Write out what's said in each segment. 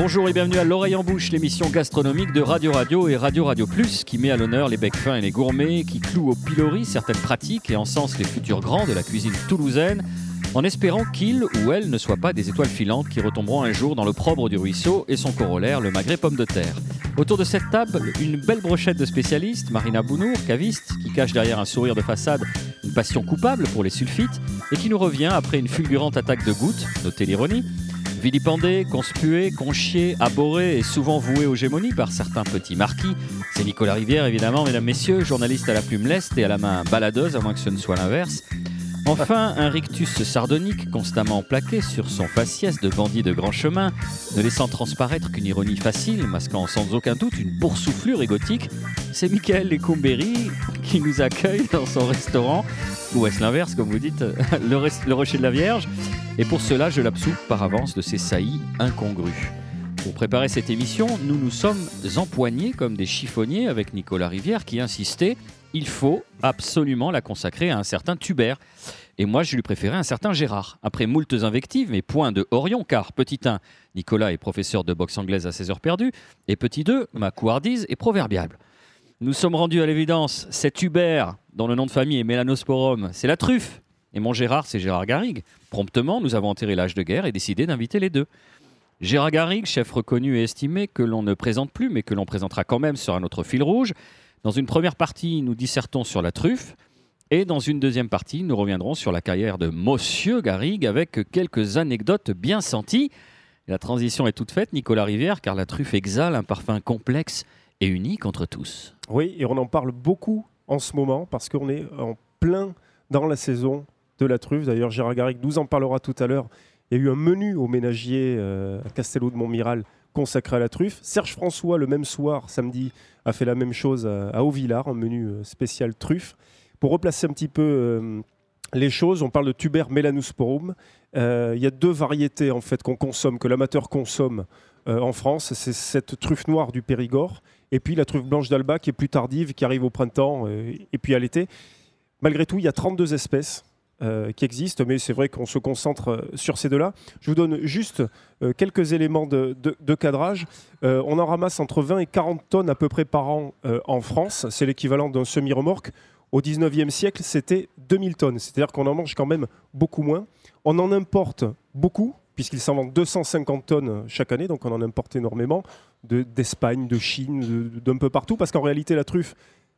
Bonjour et bienvenue à L'Oreille en Bouche, l'émission gastronomique de Radio Radio et Radio Radio Plus qui met à l'honneur les becs fins et les gourmets, qui cloue au pilori certaines pratiques et encense les futurs grands de la cuisine toulousaine, en espérant qu'ils ou elles ne soient pas des étoiles filantes qui retomberont un jour dans l'opprobre du ruisseau et son corollaire, le magret pomme de terre. Autour de cette table, une belle brochette de spécialistes, Marina Bounour, caviste, qui cache derrière un sourire de façade une passion coupable pour les sulfites et qui nous revient après une fulgurante attaque de gouttes, notez l'ironie. Vilipendé, conspué, conchié, abhorré et souvent voué aux gémonies par certains petits marquis. C'est Nicolas Rivière, évidemment, mesdames, messieurs, journaliste à la plume leste et à la main baladeuse, à moins que ce ne soit l'inverse. Enfin, un rictus sardonique constamment plaqué sur son faciès de bandit de grand chemin, ne laissant transparaître qu'une ironie facile, masquant sans aucun doute une boursouflure égotique. C'est Michael Lecombéry qui nous accueille dans son restaurant, ou est-ce l'inverse, comme vous dites, le Rocher de la Vierge. Et pour cela, je l'absoupe par avance de ses saillies incongrues. Pour préparer cette émission, nous nous sommes empoignés comme des chiffonniers avec Nicolas Rivière qui insistait « il faut absolument la consacrer à un certain Tubert ». Et moi, je lui préférais un certain Gérard. Après moultes invectives, mais point de Orion, car petit 1, Nicolas est professeur de boxe anglaise à 16 heures perdues, et petit 2, ma couardise est proverbiale. Nous sommes rendus à l'évidence, cet Hubert, dont le nom de famille est Mélanosporum, c'est la truffe. Et mon Gérard, c'est Gérard Garrigue. Promptement, nous avons enterré l'âge de guerre et décidé d'inviter les deux. Gérard Garrigue, chef reconnu et estimé, que l'on ne présente plus, mais que l'on présentera quand même sur un autre fil rouge. Dans une première partie, nous dissertons sur la truffe. Et dans une deuxième partie, nous reviendrons sur la carrière de Monsieur Garrigue avec quelques anecdotes bien senties. La transition est toute faite, Nicolas Rivière, car la truffe exhale un parfum complexe et unique entre tous. Oui, et on en parle beaucoup en ce moment parce qu'on est en plein dans la saison de la truffe. D'ailleurs, Gérard Garrigue nous en parlera tout à l'heure. Il y a eu un menu au ménagier à Castello de Montmiral consacré à la truffe. Serge François, le même soir, samedi, a fait la même chose à Haut-Villard, un menu spécial truffe. Pour replacer un petit peu les choses, on parle de Tuber melanosporum. Il y a deux variétés en fait qu'on consomme, que l'amateur consomme en France. C'est cette truffe noire du Périgord et puis la truffe blanche d'Alba qui est plus tardive, qui arrive au printemps et puis à l'été. Malgré tout, il y a 32 espèces qui existent, mais c'est vrai qu'on se concentre sur ces deux-là. Je vous donne juste quelques éléments de cadrage. On en ramasse entre 20 et 40 tonnes à peu près par an en France. C'est l'équivalent d'un semi-remorque. Au 19e siècle, c'était 2000 tonnes. C'est-à-dire qu'on en mange quand même beaucoup moins. On en importe beaucoup, puisqu'il s'en vend 250 tonnes chaque année, donc on en importe énormément, d'Espagne, de Chine, d'un peu partout, parce qu'en réalité, la truffe,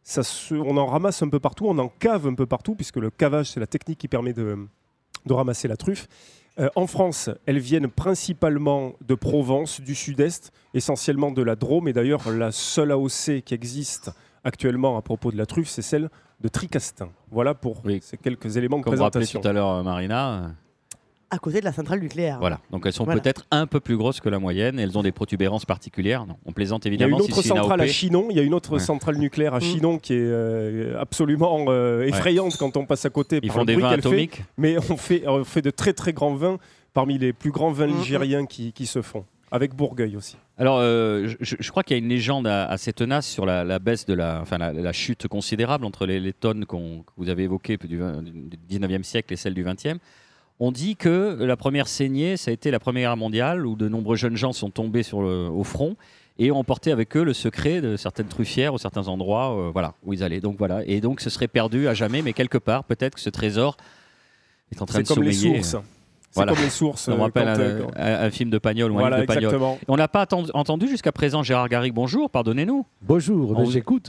on en ramasse un peu partout, on en cave un peu partout, puisque le cavage, c'est la technique qui permet de ramasser la truffe. En France, elles viennent principalement de Provence, du Sud-Est, essentiellement de la Drôme, et d'ailleurs, la seule AOC qui existe actuellement à propos de la truffe, c'est celle de Tricastin. Voilà pour ces quelques éléments de présentation. Comme rappelé tout à l'heure, Marina. À côté de la centrale nucléaire. Voilà, donc elles sont peut-être un peu plus grosses que la moyenne et elles ont des protubérances particulières. Non, on plaisante évidemment. Il y a une autre centrale à Chinon, il y a une autre centrale nucléaire à Chinon qui est absolument effrayante quand on passe à côté. Ils font des vins atomiques. Mais on fait de très très grands vins, parmi les plus grands vins ligériens qui se font. Avec Bourgueil aussi. Alors, je crois qu'il y a une légende assez tenace sur la baisse de la chute considérable entre les tonnes que vous avez évoquées du 19e siècle et celles du 20e. On dit que la première saignée, ça a été la Première Guerre mondiale, où de nombreux jeunes gens sont tombés au front et ont emporté avec eux le secret de certaines truffières ou certains endroits où ils allaient. Donc voilà, et donc ce serait perdu à jamais, mais quelque part, peut-être que ce trésor est en train de sommeiller. C'est comme les sources. C'est comme les sources. On rappelle un film de Pagnol ou un livre de Pagnol. Exactement. On n'a pas entendu jusqu'à présent Gérard Garrigue. Bonjour, pardonnez-nous. Bonjour, j'écoute,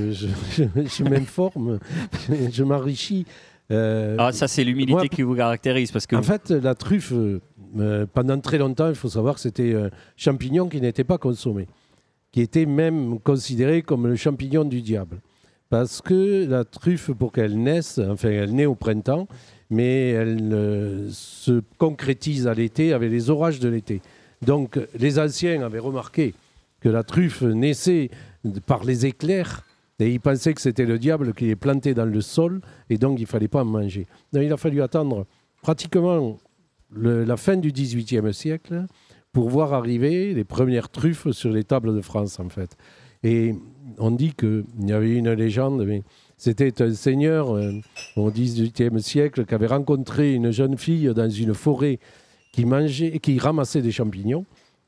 je m'informe, je m'enrichis. Ça, c'est l'humilité qui vous caractérise. Parce que en fait, la truffe, pendant très longtemps, il faut savoir que c'était un champignon qui n'était pas consommé, qui était même considéré comme le champignon du diable. Parce que la truffe, pour qu'elle naisse, elle naît au printemps, mais elle se concrétise à l'été avec les orages de l'été. Donc les anciens avaient remarqué que la truffe naissait par les éclairs et ils pensaient que c'était le diable qui est planté dans le sol et donc il ne fallait pas en manger. Donc il a fallu attendre pratiquement la fin du XVIIIe siècle pour voir arriver les premières truffes sur les tables de France en fait. Et on dit qu'il y avait une légende, mais c'était un seigneur au XVIIIe siècle qui avait rencontré une jeune fille dans une forêt qui ramassait des champignons.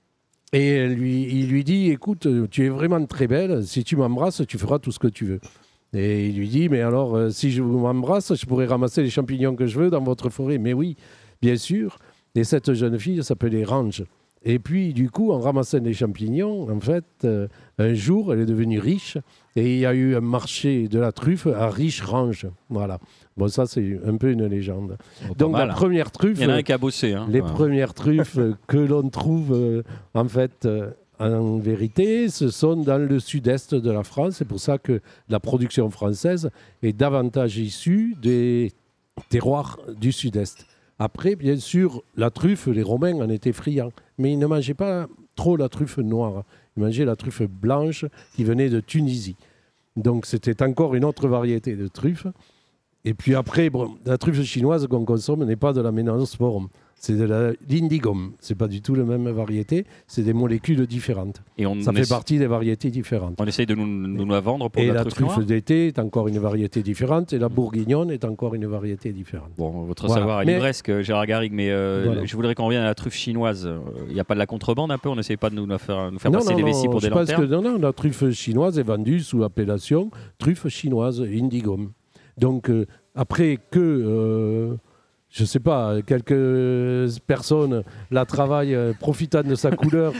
Et il lui dit, écoute, tu es vraiment très belle, si tu m'embrasses, tu feras tout ce que tu veux. Et il lui dit, mais alors, si je m'embrasse, je pourrais ramasser les champignons que je veux dans votre forêt. Mais oui, bien sûr. Et cette jeune fille s'appelait Range. Et puis, du coup, en ramassant les champignons, en fait, un jour, elle est devenue riche. Et il y a eu un marché de la truffe à Riche-Range. Voilà. Bon, ça, c'est un peu une légende. Donc, la première truffe... Il y en a un qui a bossé. Les premières truffes que l'on trouve, en fait... En vérité, ce sont dans le sud-est de la France. C'est pour ça que la production française est davantage issue des terroirs du sud-est. Après, bien sûr, la truffe, les Romains en étaient friands. Mais ils ne mangeaient pas trop la truffe noire. Ils mangeaient la truffe blanche qui venait de Tunisie. Donc, c'était encore une autre variété de truffe. Et puis après, bon, la truffe chinoise qu'on consomme n'est pas de la Melanosporum. C'est de l'indigum. Ce n'est pas du tout la même variété. C'est des molécules différentes. Et ça fait partie des variétés différentes. On essaye de nous la vendre pour la truffe d'été est encore une variété différente. Et la bourguignonne est encore une variété différente. Bon, votre savoir est livresque, Gérard Garrigue. Mais je voudrais qu'on revienne à la truffe chinoise. Il n'y a pas de la contrebande un peu? On n'essaye pas de nous faire passer des vessies pour des lanternes? Non, la truffe chinoise est vendue sous l'appellation truffe chinoise indigum. Donc, après que... je ne sais pas, quelques personnes la travaillent profitant de sa couleur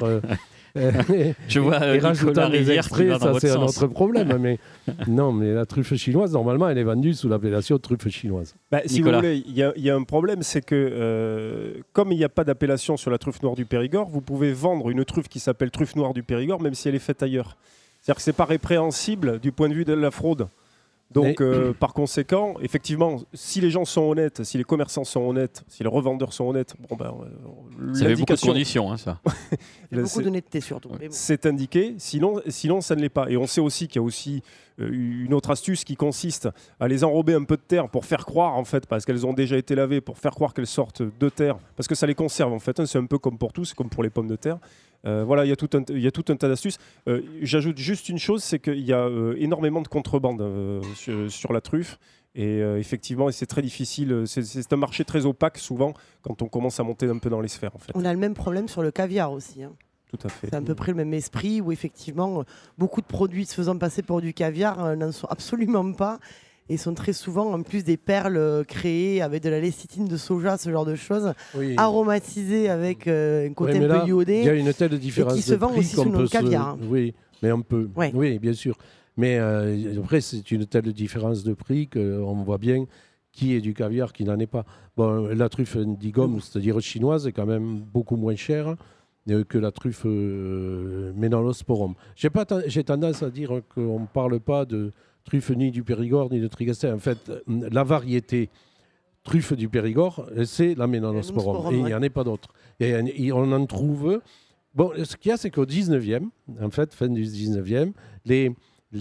je vois et rajoutant des extraits, ça c'est un autre problème. Mais non, mais la truffe chinoise, normalement, elle est vendue sous l'appellation truffe chinoise. Si vous voulez, il y a un problème, c'est que comme il n'y a pas d'appellation sur la truffe noire du Périgord, vous pouvez vendre une truffe qui s'appelle truffe noire du Périgord, même si elle est faite ailleurs. C'est-à-dire que ce n'est pas répréhensible du point de vue de la fraude. Donc, par conséquent, effectivement, si les gens sont honnêtes, si les commerçants sont honnêtes, si les revendeurs sont honnêtes, ça fait beaucoup de conditions, ça. Beaucoup d'honnêteté surtout. C'est indiqué, sinon ça ne l'est pas. Et on sait aussi qu'il y a aussi une autre astuce qui consiste à les enrober un peu de terre pour faire croire, en fait, parce qu'elles ont déjà été lavées, pour faire croire qu'elles sortent de terre, parce que ça les conserve, en fait. C'est un peu comme pour tout, c'est comme pour les pommes de terre. Voilà, il y a tout un tas d'astuces. J'ajoute juste une chose, c'est qu'il y a énormément de contrebande sur la truffe. Et effectivement, c'est très difficile. C'est un marché très opaque, souvent, quand on commence à monter un peu dans les sphères. En fait. On a le même problème sur le caviar aussi. Hein. Tout à fait. C'est à peu près le même esprit, où effectivement, beaucoup de produits se faisant passer pour du caviar n'en sont absolument pas. Et sont très souvent en plus des perles créées avec de la lécithine de soja, ce genre de choses, aromatisées avec un côté un peu iodé. Il y a une telle différence qui se vend aussi sous le caviar. Oui, mais on peut. Oui, bien sûr. Mais après, c'est une telle différence de prix qu'on voit bien qui est du caviar, qui n'en est pas. Bon, la truffe indigum, c'est-à-dire chinoise, est quand même beaucoup moins chère que la truffe Melanosporum. J'ai tendance à dire qu'on ne parle pas de truffe ni du Périgord ni de Trigastel. En fait, la variété truffe du Périgord, c'est la Melanosporum. Et il n'y en a pas d'autres. Et on en trouve... Bon, ce qu'il y a, c'est qu'au 19e, en fait, fin du 19e, les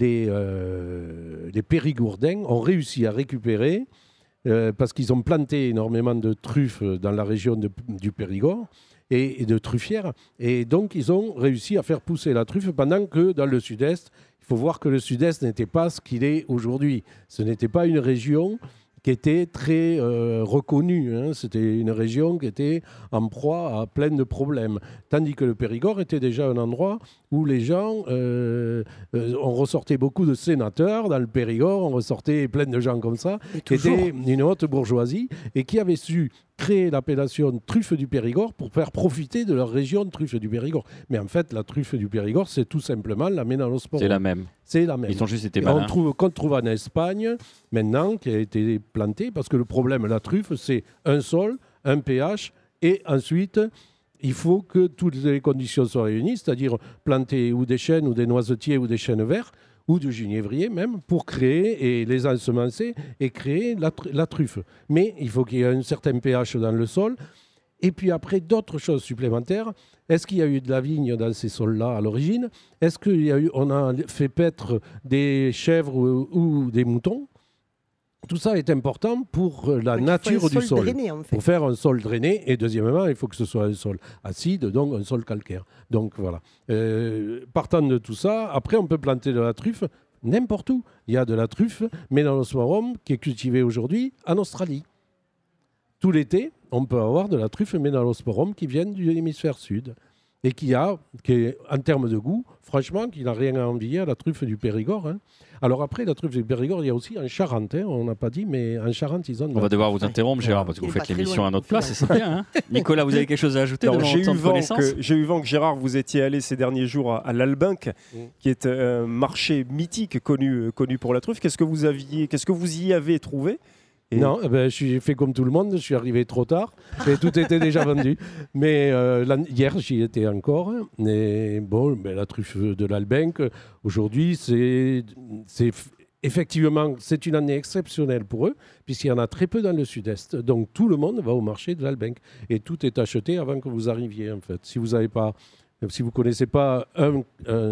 Périgourdins ont réussi à récupérer, parce qu'ils ont planté énormément de truffes dans la région du Périgord, et de truffières. Et donc, ils ont réussi à faire pousser la truffe pendant que dans le sud-est, il faut voir que le sud-est n'était pas ce qu'il est aujourd'hui. Ce n'était pas une région qui était très reconnue. Hein. C'était une région qui était en proie à plein de problèmes. Tandis que le Périgord était déjà un endroit où les gens... on ressortait beaucoup de sénateurs dans le Périgord, on ressortait plein de gens comme ça, qui étaient une haute bourgeoisie et qui avaient su créer l'appellation truffe du Périgord pour faire profiter de leur région de truffe du Périgord. Mais en fait, la truffe du Périgord, c'est tout simplement la Melanosporum. C'est la même. C'est la même. Ils ont juste été malins. Qu'on trouve en Espagne, maintenant, qui a été plantée, parce que le problème, la truffe, c'est un sol, un pH, et ensuite... il faut que toutes les conditions soient réunies, c'est-à-dire planter ou des chênes, ou des noisetiers, ou des chênes verts, ou du genévrier même, pour créer et les ensemencer et créer la truffe. Mais il faut qu'il y ait un certain pH dans le sol. Et puis après, d'autres choses supplémentaires. Est-ce qu'il y a eu de la vigne dans ces sols-là à l'origine? Est-ce qu'on a fait paître des chèvres ou des moutons? Tout ça est important pour la nature du sol. Drainé, en fait. Pour faire un sol drainé. Et deuxièmement, il faut que ce soit un sol acide, donc un sol calcaire. Donc voilà. Partant de tout ça, après, on peut planter de la truffe n'importe où. Il y a de la truffe Melanosporum qui est cultivée aujourd'hui en Australie. Tout l'été, on peut avoir de la truffe Melanosporum qui vient de l'hémisphère sud. et qui est, en termes de goût, franchement, qui n'a rien à envier à la truffe du Périgord. Hein. Alors après, la truffe du Périgord, il y a aussi en Charente, hein, on n'a pas dit, mais en Charente, ils ont... On va devoir vous interrompre, Gérard, parce que vous faites l'émission à notre place, et c'est bien. Hein. Nicolas, vous avez quelque chose à ajouter de j'ai votre eu vent que Gérard, vous étiez allé ces derniers jours à l'Albinque, qui est un marché mythique connu pour la truffe. Qu'est-ce que vous y avez trouvé? Non, j'ai fait comme tout le monde, je suis arrivé trop tard et tout était déjà vendu. Mais hier, j'y étais encore. Et bon, la truffe de l'Albinque, aujourd'hui, effectivement, c'est une année exceptionnelle pour eux, puisqu'il y en a très peu dans le sud-est. Donc tout le monde va au marché de l'Albinque et tout est acheté avant que vous arriviez, en fait. Si vous ne connaissez pas un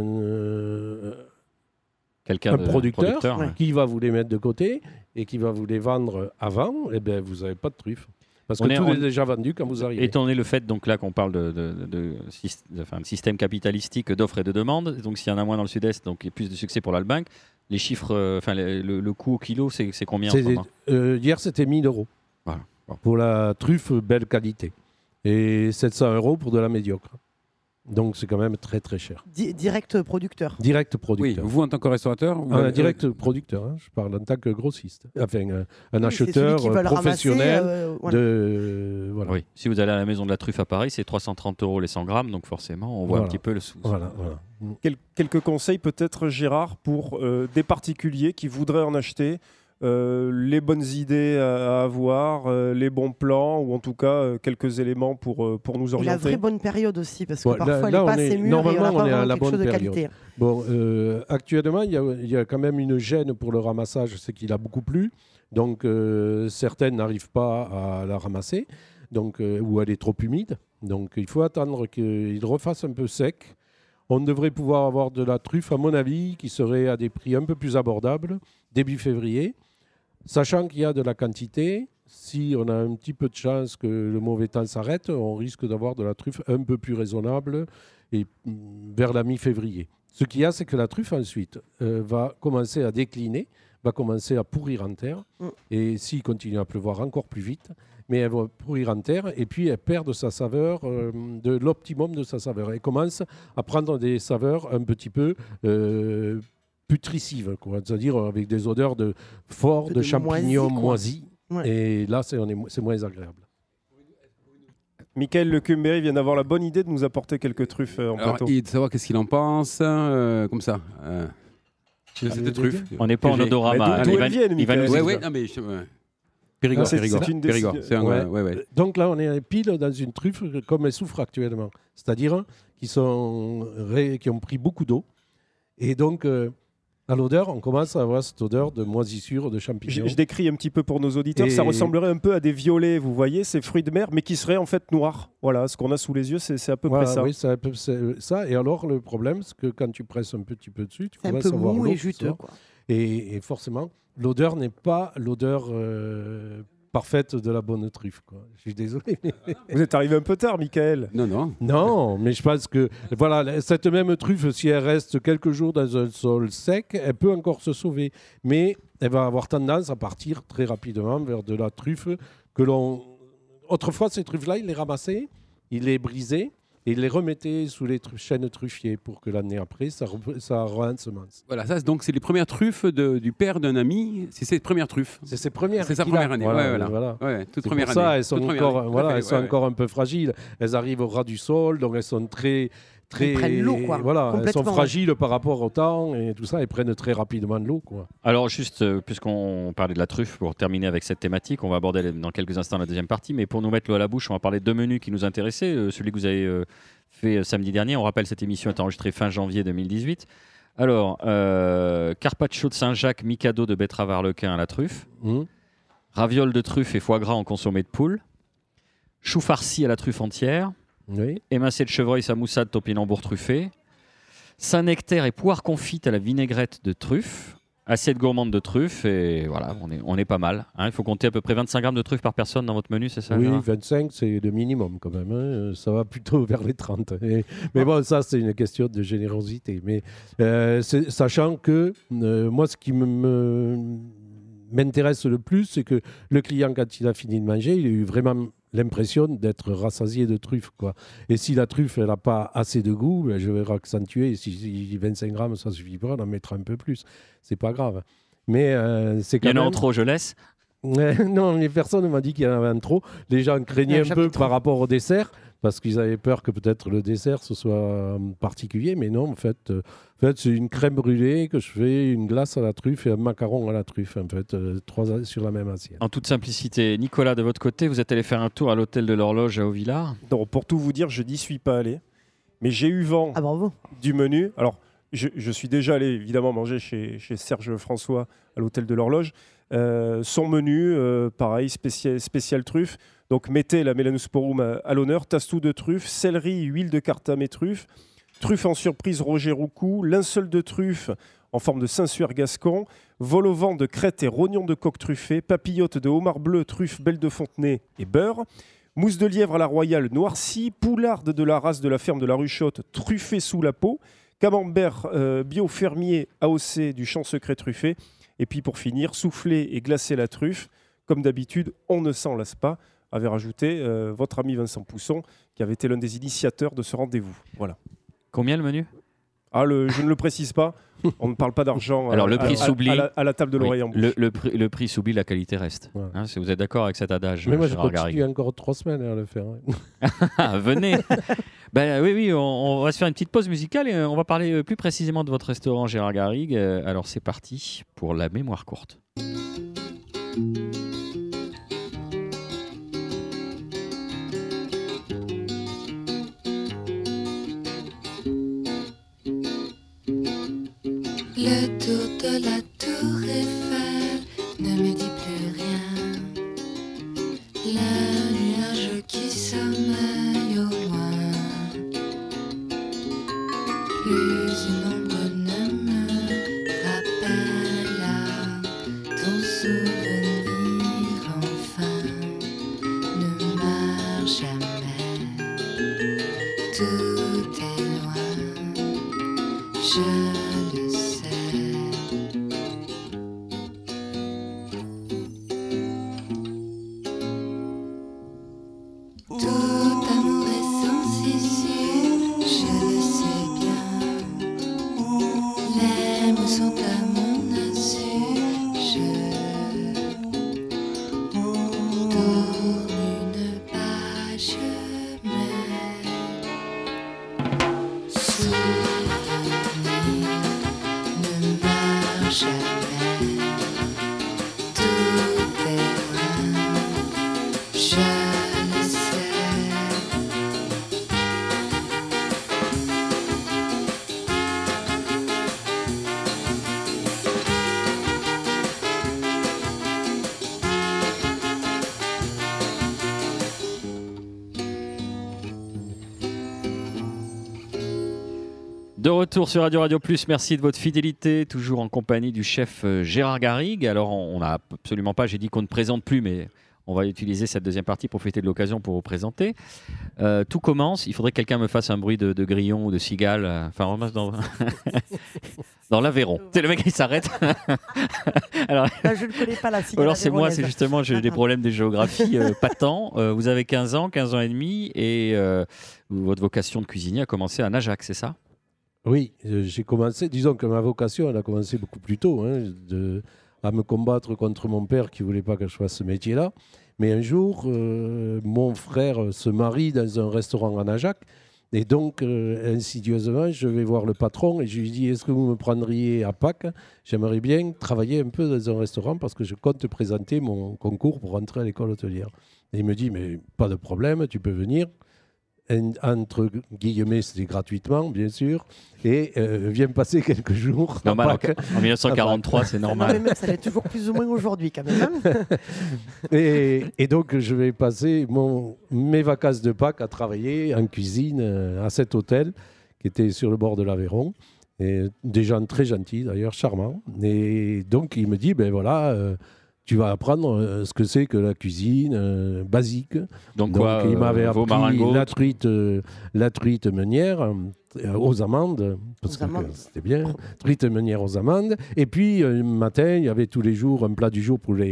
producteur qui va vous les mettre de côté et qui va vous les vendre avant, eh bien, vous n'avez pas de truffe. Parce que tout est déjà vendu quand vous arrivez. Étant donné le fait donc, là qu'on parle de système capitalistique d'offres et de demandes, donc s'il y en a moins dans le sud-est, donc il y a plus de succès pour l'Albinque, les chiffres, le coût au kilo, c'est combien en ce moment ? Hier, c'était 1 000 €. Voilà. Pour la truffe belle qualité. Et 700 € pour de la médiocre. Donc c'est quand même très très cher. Direct producteur. Direct producteur. Oui, vous en tant que restaurateur direct producteur, hein. Je parle en tant que grossiste. Enfin, un acheteur professionnel. Voilà. Oui. Si vous allez à la maison de la truffe à Paris, c'est 330 € les 100 grammes, donc forcément on voit un petit peu le sous. Voilà. Quelques conseils peut-être, Gérard, pour des particuliers qui voudraient en acheter. Les bonnes idées à avoir, les bons plans, ou en tout cas quelques éléments pour nous orienter. Et la vraie bonne période aussi, parce que parfois elle n'est pas assez mûre et on n'a pas vraiment quelque chose de qualité. Bon, actuellement, il y a quand même une gêne pour le ramassage, c'est qu'il a beaucoup plu, donc certaines n'arrivent pas à la ramasser, ou elle est trop humide, donc il faut attendre qu'il refasse un peu sec. On devrait pouvoir avoir de la truffe, à mon avis, qui serait à des prix un peu plus abordables, début février. Sachant qu'il y a de la quantité, si on a un petit peu de chance que le mauvais temps s'arrête, on risque d'avoir de la truffe un peu plus raisonnable et vers la mi-février. Ce qu'il y a, c'est que la truffe ensuite va commencer à décliner, va commencer à pourrir en terre. Et s'il continue à pleuvoir encore plus vite, mais elle va pourrir en terre et puis elle perd de sa saveur, de l'optimum de sa saveur. Elle commence à prendre des saveurs un petit peu putricives, c'est-à-dire avec des odeurs de champignons moisis. Ouais. Et là, c'est moins agréable. Michael Lecumberry vient d'avoir la bonne idée de nous apporter quelques truffes en plateau. Et de savoir qu'est-ce qu'il en pense, comme ça. Cette truffe. On n'est pas en odorama. D'où elles viennent, Michael? Périgord. Donc là, on est pile dans une truffe comme elle souffre actuellement. C'est-à-dire qui ont pris beaucoup d'eau. Et donc, à l'odeur, on commence à avoir cette odeur de moisissure, de champignons. Je décris un petit peu pour nos auditeurs. Ça ressemblerait un peu à des violets, vous voyez, ces fruits de mer, mais qui seraient en fait noirs. Voilà, ce qu'on a sous les yeux, c'est à peu près ça. Oui, c'est à peu près ça. Et alors, le problème, c'est que quand tu presses un petit peu dessus, tu commences à voir l'eau. C'est un peu mou et juteux, quoi. Et forcément, l'odeur n'est pas l'odeur parfaite de la bonne truffe, quoi. Je suis désolé. Mais... Vous êtes arrivé un peu tard, Michael. Non, mais je pense que voilà, cette même truffe, si elle reste quelques jours dans un sol sec, elle peut encore se sauver. Mais elle va avoir tendance à partir très rapidement vers de la truffe que l'on... Autrefois, ces truffes-là, ils les ramassaient, ils les brisaient, et ils les remettaient sous les chênes truffiers pour que l'année après, ça re-ensemence. Voilà, ça, donc c'est les premières truffes du père d'un ami. C'est ses premières truffes. C'est ses premières. C'est sa première année. Voilà. Ouais, toute première année. Elles sont encore un peu fragiles. Elles arrivent au ras du sol, donc elles sont très... Elles prennent l'eau, quoi. Voilà, elles sont fragiles par rapport au temps et tout ça, elles prennent très rapidement de l'eau, quoi. Alors juste, puisqu'on parlait de la truffe, pour terminer avec cette thématique, on va aborder dans quelques instants la deuxième partie, mais pour nous mettre l'eau à la bouche, on va parler de deux menus qui nous intéressaient. Celui que vous avez fait samedi dernier, on rappelle, cette émission est enregistrée fin janvier 2018. Alors, carpaccio de Saint-Jacques, Mikado de betterave arlequin à la truffe, ravioles de truffe et foie gras en consommé de poule, chou farci à la truffe entière, émincé de chevreuil, samoussade, topinambour truffé, Saint-Nectaire et poire confite à la vinaigrette de truffe, assiette gourmande de truffe, et voilà, on est pas mal. Il faut compter à peu près 25 grammes de truffe par personne dans votre menu, c'est ça? Oui, Gérard 25, c'est le minimum quand même. Hein. Ça va plutôt vers les 30. Mais bon, ça, c'est une question de générosité. Mais sachant que moi, ce qui m'intéresse le plus, c'est que le client, quand il a fini de manger, il a eu vraiment l'impression d'être rassasié de truffe, quoi. Et si la truffe n'a pas assez de goût, ben, je vais accentuer. Si 25 grammes, ça suffit pas, on en mettra un peu plus. C'est pas grave. Mais c'est quand Il y en a même... en trop, je laisse. Non, les personnes m'ont dit qu'il y en avait un trop. Les gens craignaient un peu par rapport au dessert, parce qu'ils avaient peur que peut-être le dessert ce soit particulier. Mais non, en fait c'est une crème brûlée que je fais, une glace à la truffe et un macaron à la truffe, en fait, 3 sur la même assiette. En toute simplicité. Nicolas, de votre côté, vous êtes allé faire un tour à l'hôtel de l'Horloge à Haut-Villard. Non, pour tout vous dire, je n'y suis pas allé. Mais j'ai eu vent Bravo. du menu. Alors, je suis déjà allé évidemment manger chez Serge François à l'hôtel de l'Horloge. Son menu, pareil, spécial truffe. Donc, mettez la Melanosporum à l'honneur. Tastou de truffe, céleri, huile de cartame et truffe. Truffe en surprise Roger Roucou. Linceul de truffe en forme de Saint-Suaire gascon. Vol au vent de crête et rognon de coq truffé. Papillote de homard bleu, truffe belle de Fontenay et beurre. Mousse de lièvre à la royale noircie. Poularde de la race de la ferme de la Ruchotte, truffée sous la peau. Camembert bio fermier AOC du champ secret truffé. Et puis pour finir, souffler et glacer la truffe. Comme d'habitude, on ne s'en lasse pas, avait rajouté votre ami Vincent Pousson, qui avait été l'un des initiateurs de ce rendez-vous. Voilà. Combien le menu ? Je ne le précise pas, on ne parle pas d'argent. Alors, le prix s'oublie. À la table de l'oreille en bouche. Le prix s'oublie, la qualité reste. Ouais. Hein, si vous êtes d'accord avec cet adage, Mais moi, je Gérard continue Garrigue. encore 3 semaines à le faire. Venez. Oui, on va se faire une petite pause musicale et on va parler plus précisément de votre restaurant, Gérard Garrigue. Alors, c'est parti pour la mémoire courte. Le tour de la tour Eiffel ne me dit plus rien. Le nuage qui sommeille au loin. Plus une ombre ne me rappelle à ton souvenir enfin. Ne meurs jamais. Tout est loin. Je le sais. Tout amour est sans issue, je le sais bien. Les mots sont à mon insu, je tourne une page, mais souvenir ne meurt jamais. Tout est loin, je le sais. De retour sur Radio Plus, merci de votre fidélité, toujours en compagnie du chef Gérard Garrigue. Alors, on n'a absolument pas, j'ai dit qu'on ne présente plus, mais on va utiliser cette deuxième partie pour profiter de l'occasion pour vous présenter. Tout commence, il faudrait que quelqu'un me fasse un bruit de grillon ou de cigale, enfin, dans, dans l'Aveyron. C'est le mec qui s'arrête. Alors, Je ne connais pas la cigale. alors c'est moi, aveyronnaise. c'est justement, j'ai des problèmes de géographie, pas tant. Vous avez 15 ans et demi, et votre vocation de cuisinier a commencé à Najac, c'est ça ? Oui, j'ai commencé, disons que ma vocation, elle a commencé beaucoup plus tôt, à me combattre contre mon père qui ne voulait pas que je fasse ce métier-là. Mais un jour, mon frère se marie dans un restaurant à Najac. Et donc, insidieusement, je vais voir le patron et je lui dis, est-ce que vous me prendriez à Pâques ? J'aimerais bien travailler un peu dans un restaurant parce que je compte présenter mon concours pour rentrer à l'école hôtelière. Et il me dit, mais pas de problème, tu peux venir. Entre guillemets, c'était gratuitement, bien sûr, et viens passer quelques jours. Normal, en 1943, c'est Non, mais normal. même, ça l'est toujours plus ou moins aujourd'hui quand même. Hein. Et donc, je vais passer mes vacances de Pâques à travailler en cuisine à cet hôtel qui était sur le bord de l'Aveyron. Et des gens très gentils, d'ailleurs, charmants. Et donc, il me dit, ben voilà, tu vas apprendre ce que c'est que la cuisine basique. Donc quoi, il m'avait vos appris maringots, la truite meunière aux amandes, parce Aux amandes. que c'était bien, truite meunière aux amandes. Et puis, le matin, il y avait tous les jours un plat du jour pour les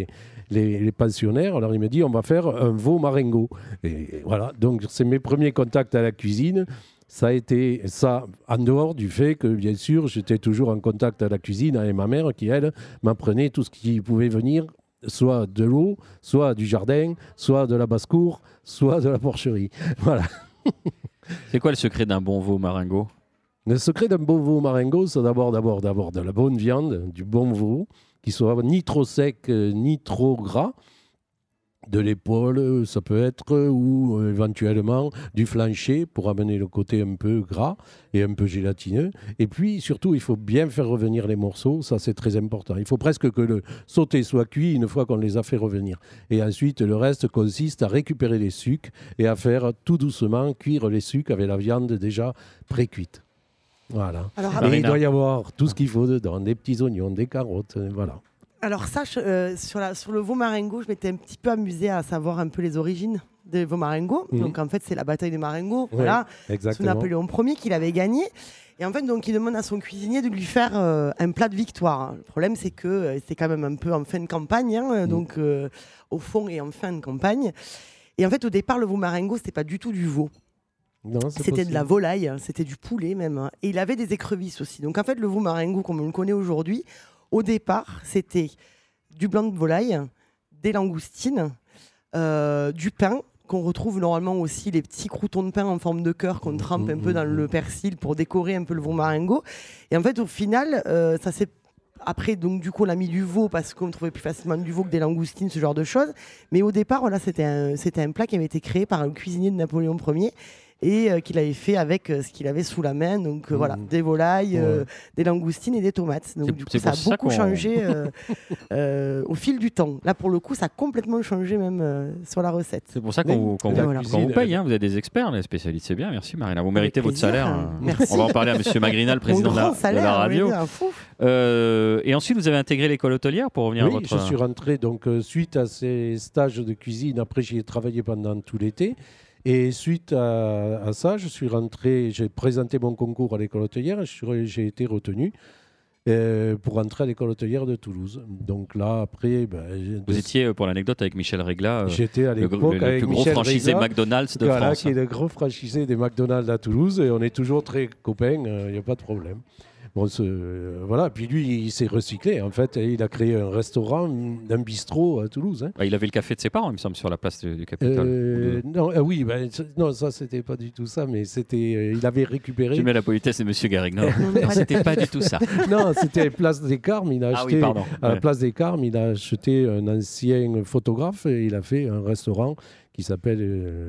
les pensionnaires. Alors il me dit, on va faire un veau marengo. Et voilà, donc c'est mes premiers contacts à la cuisine. Ça a été ça, en dehors du fait que, bien sûr, j'étais toujours en contact à la cuisine avec ma mère qui, elle, m'apprenait tout ce qui pouvait venir, soit de l'eau, soit du jardin, soit de la basse-cour, soit de la porcherie. Voilà. C'est quoi le secret d'un bon veau marengo? Le secret d'un bon veau marengo, c'est d'abord de la bonne viande, du bon veau, qui soit ni trop sec, ni trop gras. De l'épaule, ça peut être, ou éventuellement du flancher pour amener le côté un peu gras et un peu gélatineux. Et puis, surtout, il faut bien faire revenir les morceaux. Ça, c'est très important. Il faut presque que le sauté soit cuit une fois qu'on les a fait revenir. Et ensuite, le reste consiste à récupérer les sucs et à faire tout doucement cuire les sucs avec la viande déjà pré-cuite. Voilà. Alors, et il doit y avoir tout ce qu'il faut dedans, des petits oignons, des carottes, voilà. Alors ça, sur le veau marengo, je m'étais un petit peu amusée à savoir un peu les origines des veaux marengo. Donc en fait, c'est la bataille des Marengo, voilà, sous Napoléon Ier qu'il avait gagné. Et en fait, donc, il demande à son cuisinier de lui faire un plat de victoire. Le problème, c'est que c'était quand même un peu en fin de campagne, donc au fond et en fin de campagne. Et en fait, au départ, le veau marengo, c'était pas du tout du veau. Non, c'était de la volaille, c'était du poulet même. Et il avait des écrevisses aussi. Donc en fait, le veau marengo, comme on le connaît aujourd'hui, au départ, c'était du blanc de volaille, des langoustines, du pain, qu'on retrouve normalement aussi, les petits croûtons de pain en forme de cœur qu'on trempe un peu dans le persil pour décorer un peu le veau marengo. Et en fait, au final, ça s'est... Après, donc, du coup, on a mis du veau parce qu'on trouvait plus facilement du veau que des langoustines, ce genre de choses. Mais au départ, voilà, c'était un plat qui avait été créé par un cuisinier de Napoléon Ier et qu'il avait fait avec ce qu'il avait sous la main. Donc voilà, des volailles, des langoustines et des tomates. Donc du coup, ça a beaucoup changé au fil du temps. Là, pour le coup, ça a complètement changé même sur la recette. C'est pour ça qu'on vous paye. Vous êtes des experts, les spécialistes. C'est bien, merci Marina. Vous méritez votre salaire. On va en parler à Monsieur Magrina, le président de la radio. Et ensuite, vous avez intégré l'école hôtelière pour revenir à votre... Oui, je suis rentré donc, suite à ces stages de cuisine. Après, j'y ai travaillé pendant tout l'été. Et suite à ça, je suis rentré, j'ai présenté mon concours à l'école hôtelière et j'ai été retenu pour rentrer à l'école hôtelière de Toulouse. Donc là, après... Vous étiez, pour l'anecdote, avec Michel Régla, j'étais à l'époque le plus gros franchisé McDonald's de France. Qui est le gros franchisé des McDonald's à Toulouse et on est toujours très copains, il n'y a pas de problème. Bon, voilà. Puis lui, il s'est recyclé. En fait, il a créé un restaurant, un bistrot à Toulouse. Hein. Il avait le café de ses parents, il me semble, sur la place du Capitole. Non, non, ça, c'était pas du tout ça, mais c'était, il avait récupéré. Tu mets la politesse de Monsieur Garrignon. Non, c'était pas du tout ça. Non, c'était Place des Carmes. Il a acheté, à la Place des Carmes, il a acheté un ancien photographe et il a fait un restaurant qui s'appelle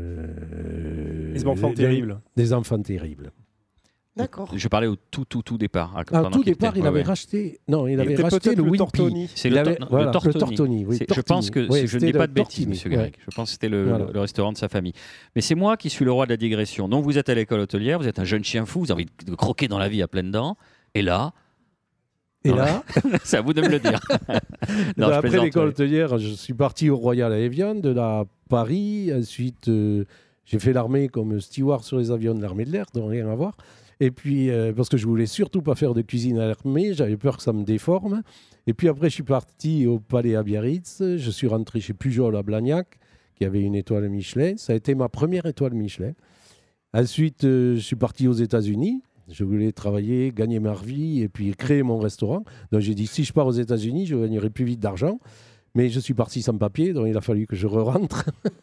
Les Enfants Terribles. Des Enfants Terribles. D'accord. Je parlais au tout départ. Au tout départ, il avait racheté. Non, il avait racheté le Wimpy. C'est le Tortoni. Oui, je pense que je ne dis pas de bêtises, Monsieur Garrigue. Je pense que c'était le restaurant de sa famille. Mais c'est moi qui suis le roi de la digression. Donc vous êtes à l'école hôtelière, vous êtes un jeune chien fou, vous avez envie de croquer dans la vie à pleines dents. Et là, c'est à vous de me le dire. Non, après l'école hôtelière, je suis parti au Royal à Evian, de la Paris. Ensuite, j'ai fait l'armée comme steward sur les avions de l'armée de l'air, donc rien à voir. Et puis, parce que je voulais surtout pas faire de cuisine à l'armée, j'avais peur que ça me déforme. Et puis après, je suis parti au Palais à Biarritz. Je suis rentré chez Pujol à Blagnac, qui avait une étoile Michelin. Ça a été ma première étoile Michelin. Ensuite, je suis parti aux États-Unis. Je voulais travailler, gagner ma vie et puis créer mon restaurant. Donc j'ai dit, si je pars aux États-Unis, je gagnerai plus vite d'argent. Mais je suis parti sans papier, donc il a fallu que je rentre.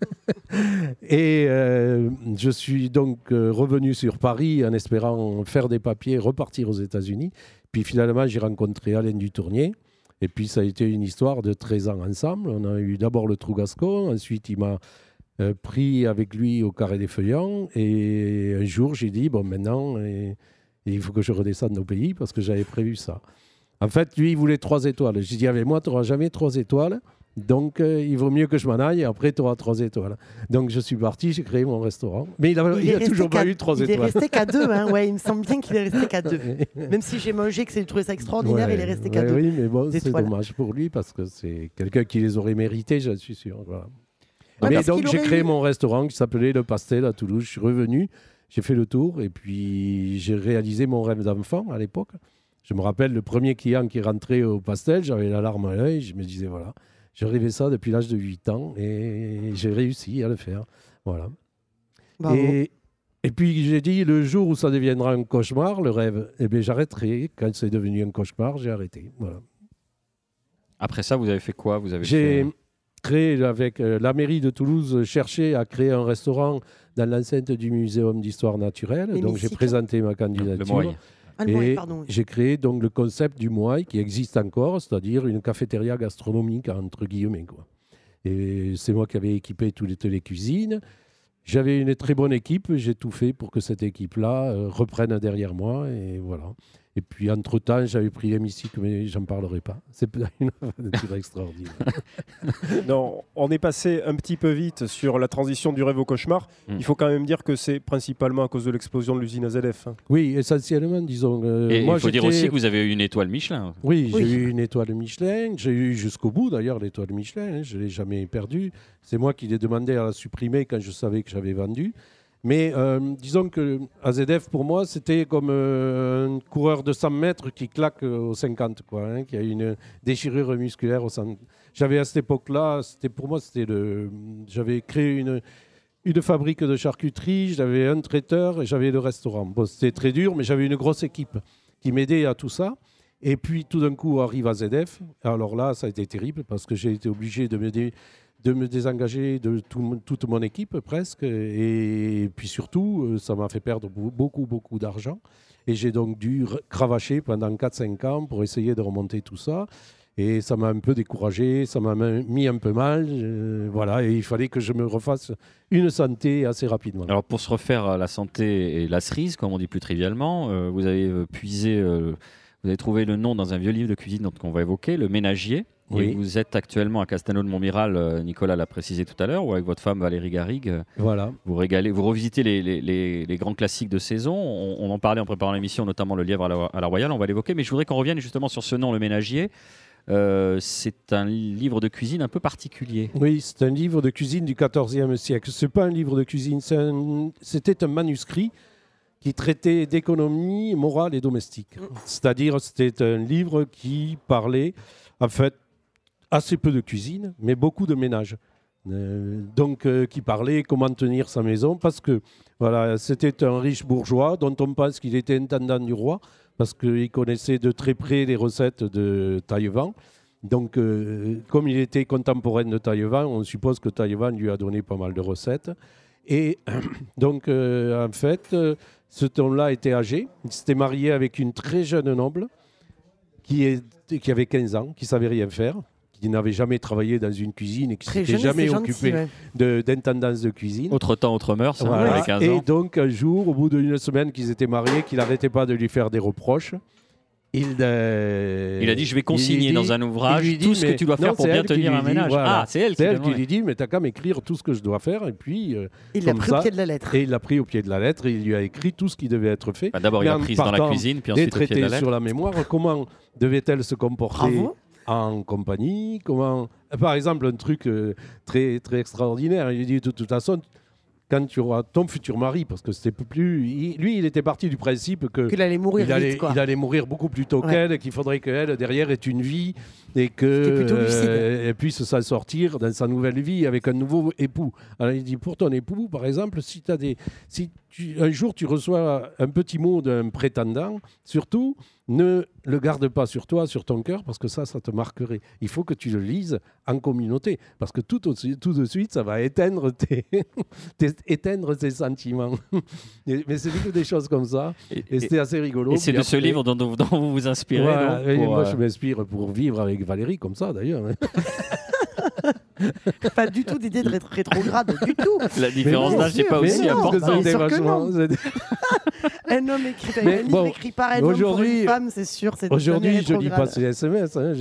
Et je suis donc revenu sur Paris en espérant faire des papiers, repartir aux États-Unis. Puis finalement, j'ai rencontré Alain Dutournier. Et puis ça a été une histoire de 13 ans ensemble. On a eu d'abord le Trougascon, ensuite il m'a pris avec lui au Carré des Feuillants. Et un jour, j'ai dit, bon, maintenant, il faut que je redescende au pays parce que j'avais prévu ça. En fait, lui, il voulait 3 étoiles. J'ai dit, avec moi, tu n'auras jamais 3 étoiles. Donc, il vaut mieux que je m'en aille et après, tu auras 3 étoiles. Donc, je suis parti, j'ai créé mon restaurant. Mais il a toujours pas eu 3 étoiles. Il est resté qu'à 2. Hein. Ouais, il me semble bien qu'il est resté qu'à 2. Même si j'ai mangé, que j'ai trouvé ça extraordinaire, il est resté qu'à 2. Oui, mais bon, c'est dommage pour lui parce que c'est quelqu'un qui les aurait mérités, je suis sûr. Voilà. Mais donc, j'ai créé mon restaurant qui s'appelait Le Pastel à Toulouse. Je suis revenu, j'ai fait le tour et puis j'ai réalisé mon rêve d'enfant à l'époque. Je me rappelle le premier client qui est rentré au Pastel, j'avais la larme à l'œil, je me disais voilà, Je rêvais ça depuis l'âge de 8 ans et j'ai réussi à le faire. Voilà. Bravo. Et puis j'ai dit, le jour où ça deviendra un cauchemar, le rêve, eh bien, j'arrêterai. Quand c'est devenu un cauchemar, j'ai arrêté. Voilà. Après ça, vous avez fait quoi? Vous avez J'ai fait... créé, avec la mairie de Toulouse, cherché à créer un restaurant dans l'enceinte du Muséum d'histoire naturelle. Donc j'ai L'hémicycle. présenté ma le candidature. Moy. Ah, non, Et pardon. j'ai créé donc le concept du Moai qui existe encore, c'est-à-dire une cafétéria gastronomique entre guillemets, quoi. Et c'est moi qui avais équipé toutes les cuisines. J'avais une très bonne équipe, j'ai tout fait pour que cette équipe-là reprenne derrière moi et voilà. Et puis entre-temps, j'avais pris l'hémicycle, mais j'en parlerai pas. C'est pas une aventure extraordinaire. Non, on est passé un petit peu vite sur la transition du rêve au cauchemar. Il faut quand même dire que c'est principalement à cause de l'explosion de l'usine AZF. hein. Oui, essentiellement, disons. Et moi, il faut dire j'étais- aussi que vous avez eu une étoile Michelin. Oui, Oui. j'ai eu une étoile Michelin. J'ai eu jusqu'au bout d'ailleurs l'étoile Michelin. Je ne l'ai jamais perdue. C'est moi qui l'ai demandé à la supprimer quand je savais que j'avais vendu. Mais disons que AZF, pour moi, c'était comme un coureur de 100 mètres qui claque aux 50, quoi, hein, qui a une déchirure musculaire au centre. J'avais à cette époque-là, pour moi, j'avais créé une fabrique de charcuterie, j'avais un traiteur et j'avais le restaurant. Bon, c'était très dur, mais j'avais une grosse équipe qui m'aidait à tout ça. Et puis tout d'un coup arrive AZF. Alors là, ça a été terrible parce que j'ai été obligé de me désengager de toute mon équipe presque. Et puis surtout, ça m'a fait perdre beaucoup d'argent. Et j'ai donc dû cravacher pendant 4-5 ans pour essayer de remonter tout ça. Et ça m'a un peu découragé, ça m'a mis un peu mal. Voilà, et il fallait que je me refasse une santé assez rapidement. Alors pour se refaire à la santé et la cerise, comme on dit plus trivialement, vous avez puisé, vous avez trouvé le nom dans un vieux livre de cuisine qu'on va évoquer, Le Ménagier. Oui. Et vous êtes actuellement à Castelnau de Montmiral, Nicolas l'a précisé tout à l'heure, ou avec votre femme Valérie Garrigue. Voilà. Vous revisitez les grands classiques de saison. On en parlait en préparant l'émission, notamment le lièvre à la Royale, on va l'évoquer. Mais je voudrais qu'on revienne justement sur ce nom, Le Ménagier. C'est un livre de cuisine un peu particulier. Oui, c'est un livre de cuisine du XIVe siècle. Ce n'est pas un livre de cuisine, c'était un manuscrit qui traitait d'économie morale et domestique. C'est-à-dire, c'était un livre qui parlait, en fait, assez peu de cuisine, mais beaucoup de ménage. Donc, qui parlait comment tenir sa maison, parce que voilà, c'était un riche bourgeois dont on pense qu'il était intendant du roi, parce qu'il connaissait de très près les recettes de Taillevent. Donc, comme il était contemporain de Taillevent, on suppose que Taillevent lui a donné pas mal de recettes. Et donc, en fait, cet homme-là était âgé. Il s'était marié avec une très jeune noble qui avait 15 ans, qui ne savait rien faire, qui n'avait jamais travaillé dans une cuisine et qui Très s'était jeune, jamais c'est occupé gentil, ouais. d'intendance de cuisine. Autre temps, autre mœurs, hein, Voilà. avec 15 Et ans. donc, un jour, au bout d'une semaine qu'ils étaient mariés, qu'il n'arrêtait pas de lui faire des reproches, il a dit, je vais consigner dans un ouvrage il lui dit, tout ce que mais tu dois faire non, pour c'est bien elle qui tenir lui un dit, ménage. voilà. Ah, c'est elle C'est elle qui qui lui dit, mais t'as qu'à m'écrire tout ce que je dois faire. Et puis, Il l'a comme pris ça, au pied de la lettre. et il l'a pris au pied de la lettre et il lui a écrit tout ce qui devait être fait. Bah, d'abord, il Mais a en pris dans la partant cuisine, puis des ensuite au pied de la traités lettre. sur la mémoire, comment devait-elle se comporter Bravo. en compagnie, par exemple, un truc très, très extraordinaire. Il dit, de toute façon, quand tu auras ton futur mari, parce que c'était plus... Lui, il était parti du principe que... Qu'il allait mourir vite, quoi. Il allait mourir beaucoup plus tôt Ouais. qu'elle, qu'il faudrait qu'elle, derrière, ait une vie et C'était plutôt lucide. qu'elle puisse s'en sortir dans sa nouvelle vie avec un nouveau époux. Alors il dit, pour ton époux, par exemple, un jour tu reçois un petit mot d'un prétendant, surtout, ne le garde pas sur toi, sur ton cœur, parce que ça te marquerait. Il faut que tu le lises en communauté, parce que tout de suite, ça va éteindre éteindre tes sentiments. Mais c'est que des choses comme ça, et c'était assez rigolo. Et c'est Puis de ce après- livre dont vous vous inspirez. Voilà, donc, et pour, moi, je m'inspire pour vivre avec Valérie comme ça, d'ailleurs. Pas du tout d'idée de rétrograde, du tout. La différence non, d'âge n'est pas mais aussi non, importante. bien C'était sûr que vachement- non. Un homme écrit, Mais un livre bon, écrit par un homme pour aujourd'hui- une femme, c'est sûr. c'est Aujourd'hui, devenu je lis pas rétrograde. ces SMS. hein,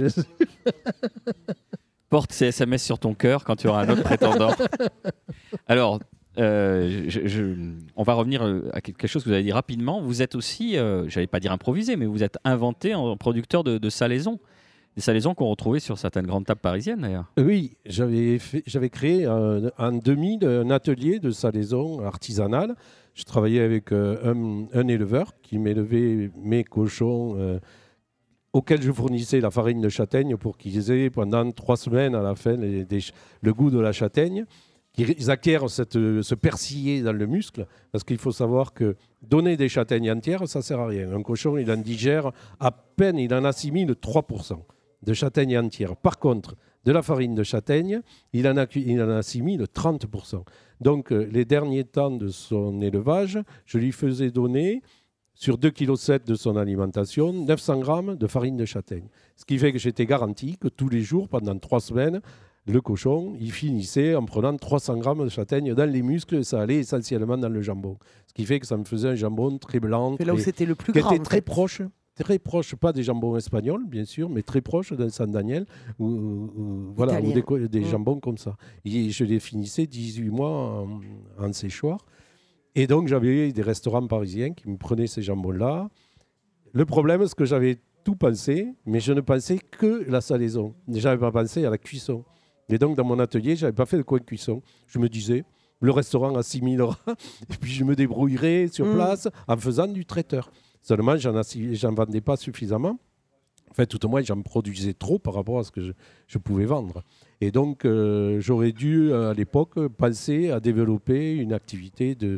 Porte ces SMS sur ton cœur quand tu auras un autre prétendant. Alors, on va revenir à quelque chose que vous avez dit rapidement. Vous êtes aussi, j'allais pas dire improvisé, mais vous êtes inventé en producteur de salaisons. Des salaisons qu'on retrouvait sur certaines grandes tables parisiennes d'ailleurs. Oui, j'avais créé en 2000 un atelier de salaison artisanale. Je travaillais avec un éleveur qui m'élevait mes cochons auxquels je fournissais la farine de châtaigne pour qu'ils aient pendant 3 semaines à la fin le goût de la châtaigne, qu'ils acquièrent ce persillé dans le muscle, parce qu'il faut savoir que donner des châtaignes entières, ça ne sert à rien. Un cochon, il en digère à peine, il en assimile 3% de châtaignes entières. Par contre, de la farine de châtaigne, il en assimile 30%. Donc, les derniers temps de son élevage, je lui faisais donner, sur 2,7 kg de son alimentation, 900 grammes de farine de châtaigne. Ce qui fait que j'étais garanti que tous les jours, pendant 3 semaines, le cochon, il finissait en prenant 300 grammes de châtaigne dans les muscles et ça allait essentiellement dans le jambon. Ce qui fait que ça me faisait un jambon très blanc. C'est là où c'était le plus qui grand. était très proche, pas des jambons espagnols, bien sûr, mais très proche d'un San Daniel, ou des jambons comme ça. Et je les finissais 18 mois en séchoir. Et donc, j'avais des restaurants parisiens qui me prenaient ces jambons-là. Le problème, c'est que j'avais tout pensé, mais je ne pensais que la salaison. Je n'avais pas pensé à la cuisson. Et donc, dans mon atelier, je n'avais pas fait de coin de cuisson. Je me disais, le restaurant assimilera, et puis je me débrouillerai sur place en faisant du traiteur. Seulement, je n'en vendais pas suffisamment. Enfin, tout au moins, j'en produisais trop par rapport à ce que je pouvais vendre. Et donc, j'aurais dû, à l'époque, penser à développer une activité de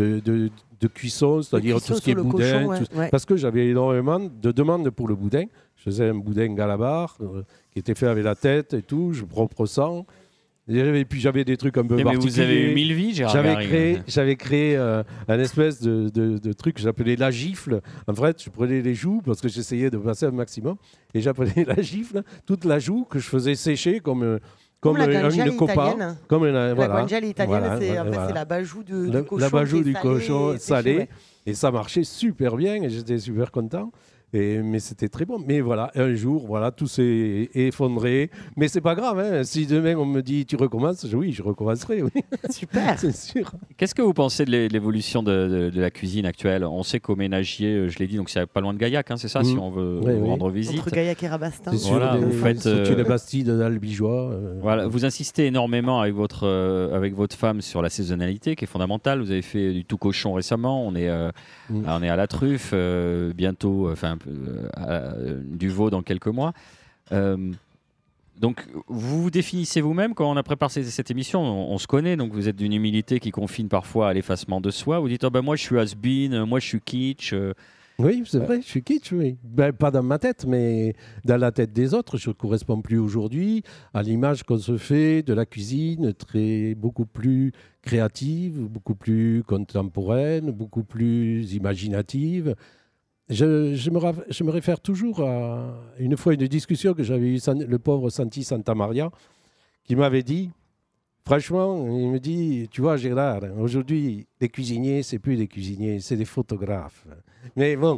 cuisson, c'est-à-dire tout ce qui est boudin. Cochon, parce que j'avais énormément de demandes pour le boudin. Je faisais un boudin galabar qui était fait avec la tête et tout, je propre sang. Et puis j'avais des trucs un peu particuliers. Mais vous avez eu 1000 vies, Gérard Garrigue. J'avais créé un espèce de truc que j'appelais la gifle. En fait, je prenais les joues parce que j'essayais de passer un maximum. Et j'appelais la gifle, toute la joue que je faisais sécher comme la un guanciale copain. italienne. La guanciale italienne, c'est la bajou du cochon. La bajou du salé, cochon salé. ouais. Et ça marchait super bien et j'étais super content. Mais c'était très bon. Mais voilà, un jour, voilà, tout s'est effondré. Mais c'est pas grave. Hein. Si demain on me dit tu recommences, oui, je recommencerai. Oui. Super. C'est sûr. Qu'est-ce que vous pensez de l'évolution de la cuisine actuelle? On sait qu'au Ménagier, je l'ai dit, donc c'est pas loin de Gaillac, hein, c'est ça, si on veut vous rendre visite. Entre Gaillac et Rabastin. C'est sûr, Voilà, vous faites surtout les Bastilles d'Albigeois. Voilà, vous insistez énormément avec votre femme sur la saisonnalité, qui est fondamentale. Vous avez fait du tout cochon récemment. On est à la truffe bientôt. Du veau dans quelques mois. Donc, vous vous définissez vous-même quand on a préparé cette émission. On se connaît, donc vous êtes d'une humilité qui confine parfois à l'effacement de soi. Vous dites moi je suis has-been, moi je suis kitsch. Oui, c'est vrai, je suis kitsch, oui. Pas dans ma tête, mais dans la tête des autres. Je ne corresponds plus aujourd'hui à l'image qu'on se fait de la cuisine, beaucoup plus créative, beaucoup plus contemporaine, beaucoup plus imaginative. Je me réfère toujours à une discussion que j'avais eue avec le pauvre Santi Santamaria, qui m'avait dit, franchement, il me dit, tu vois Gérard, aujourd'hui, les cuisiniers, c'est plus des cuisiniers, c'est des photographes. Mais bon,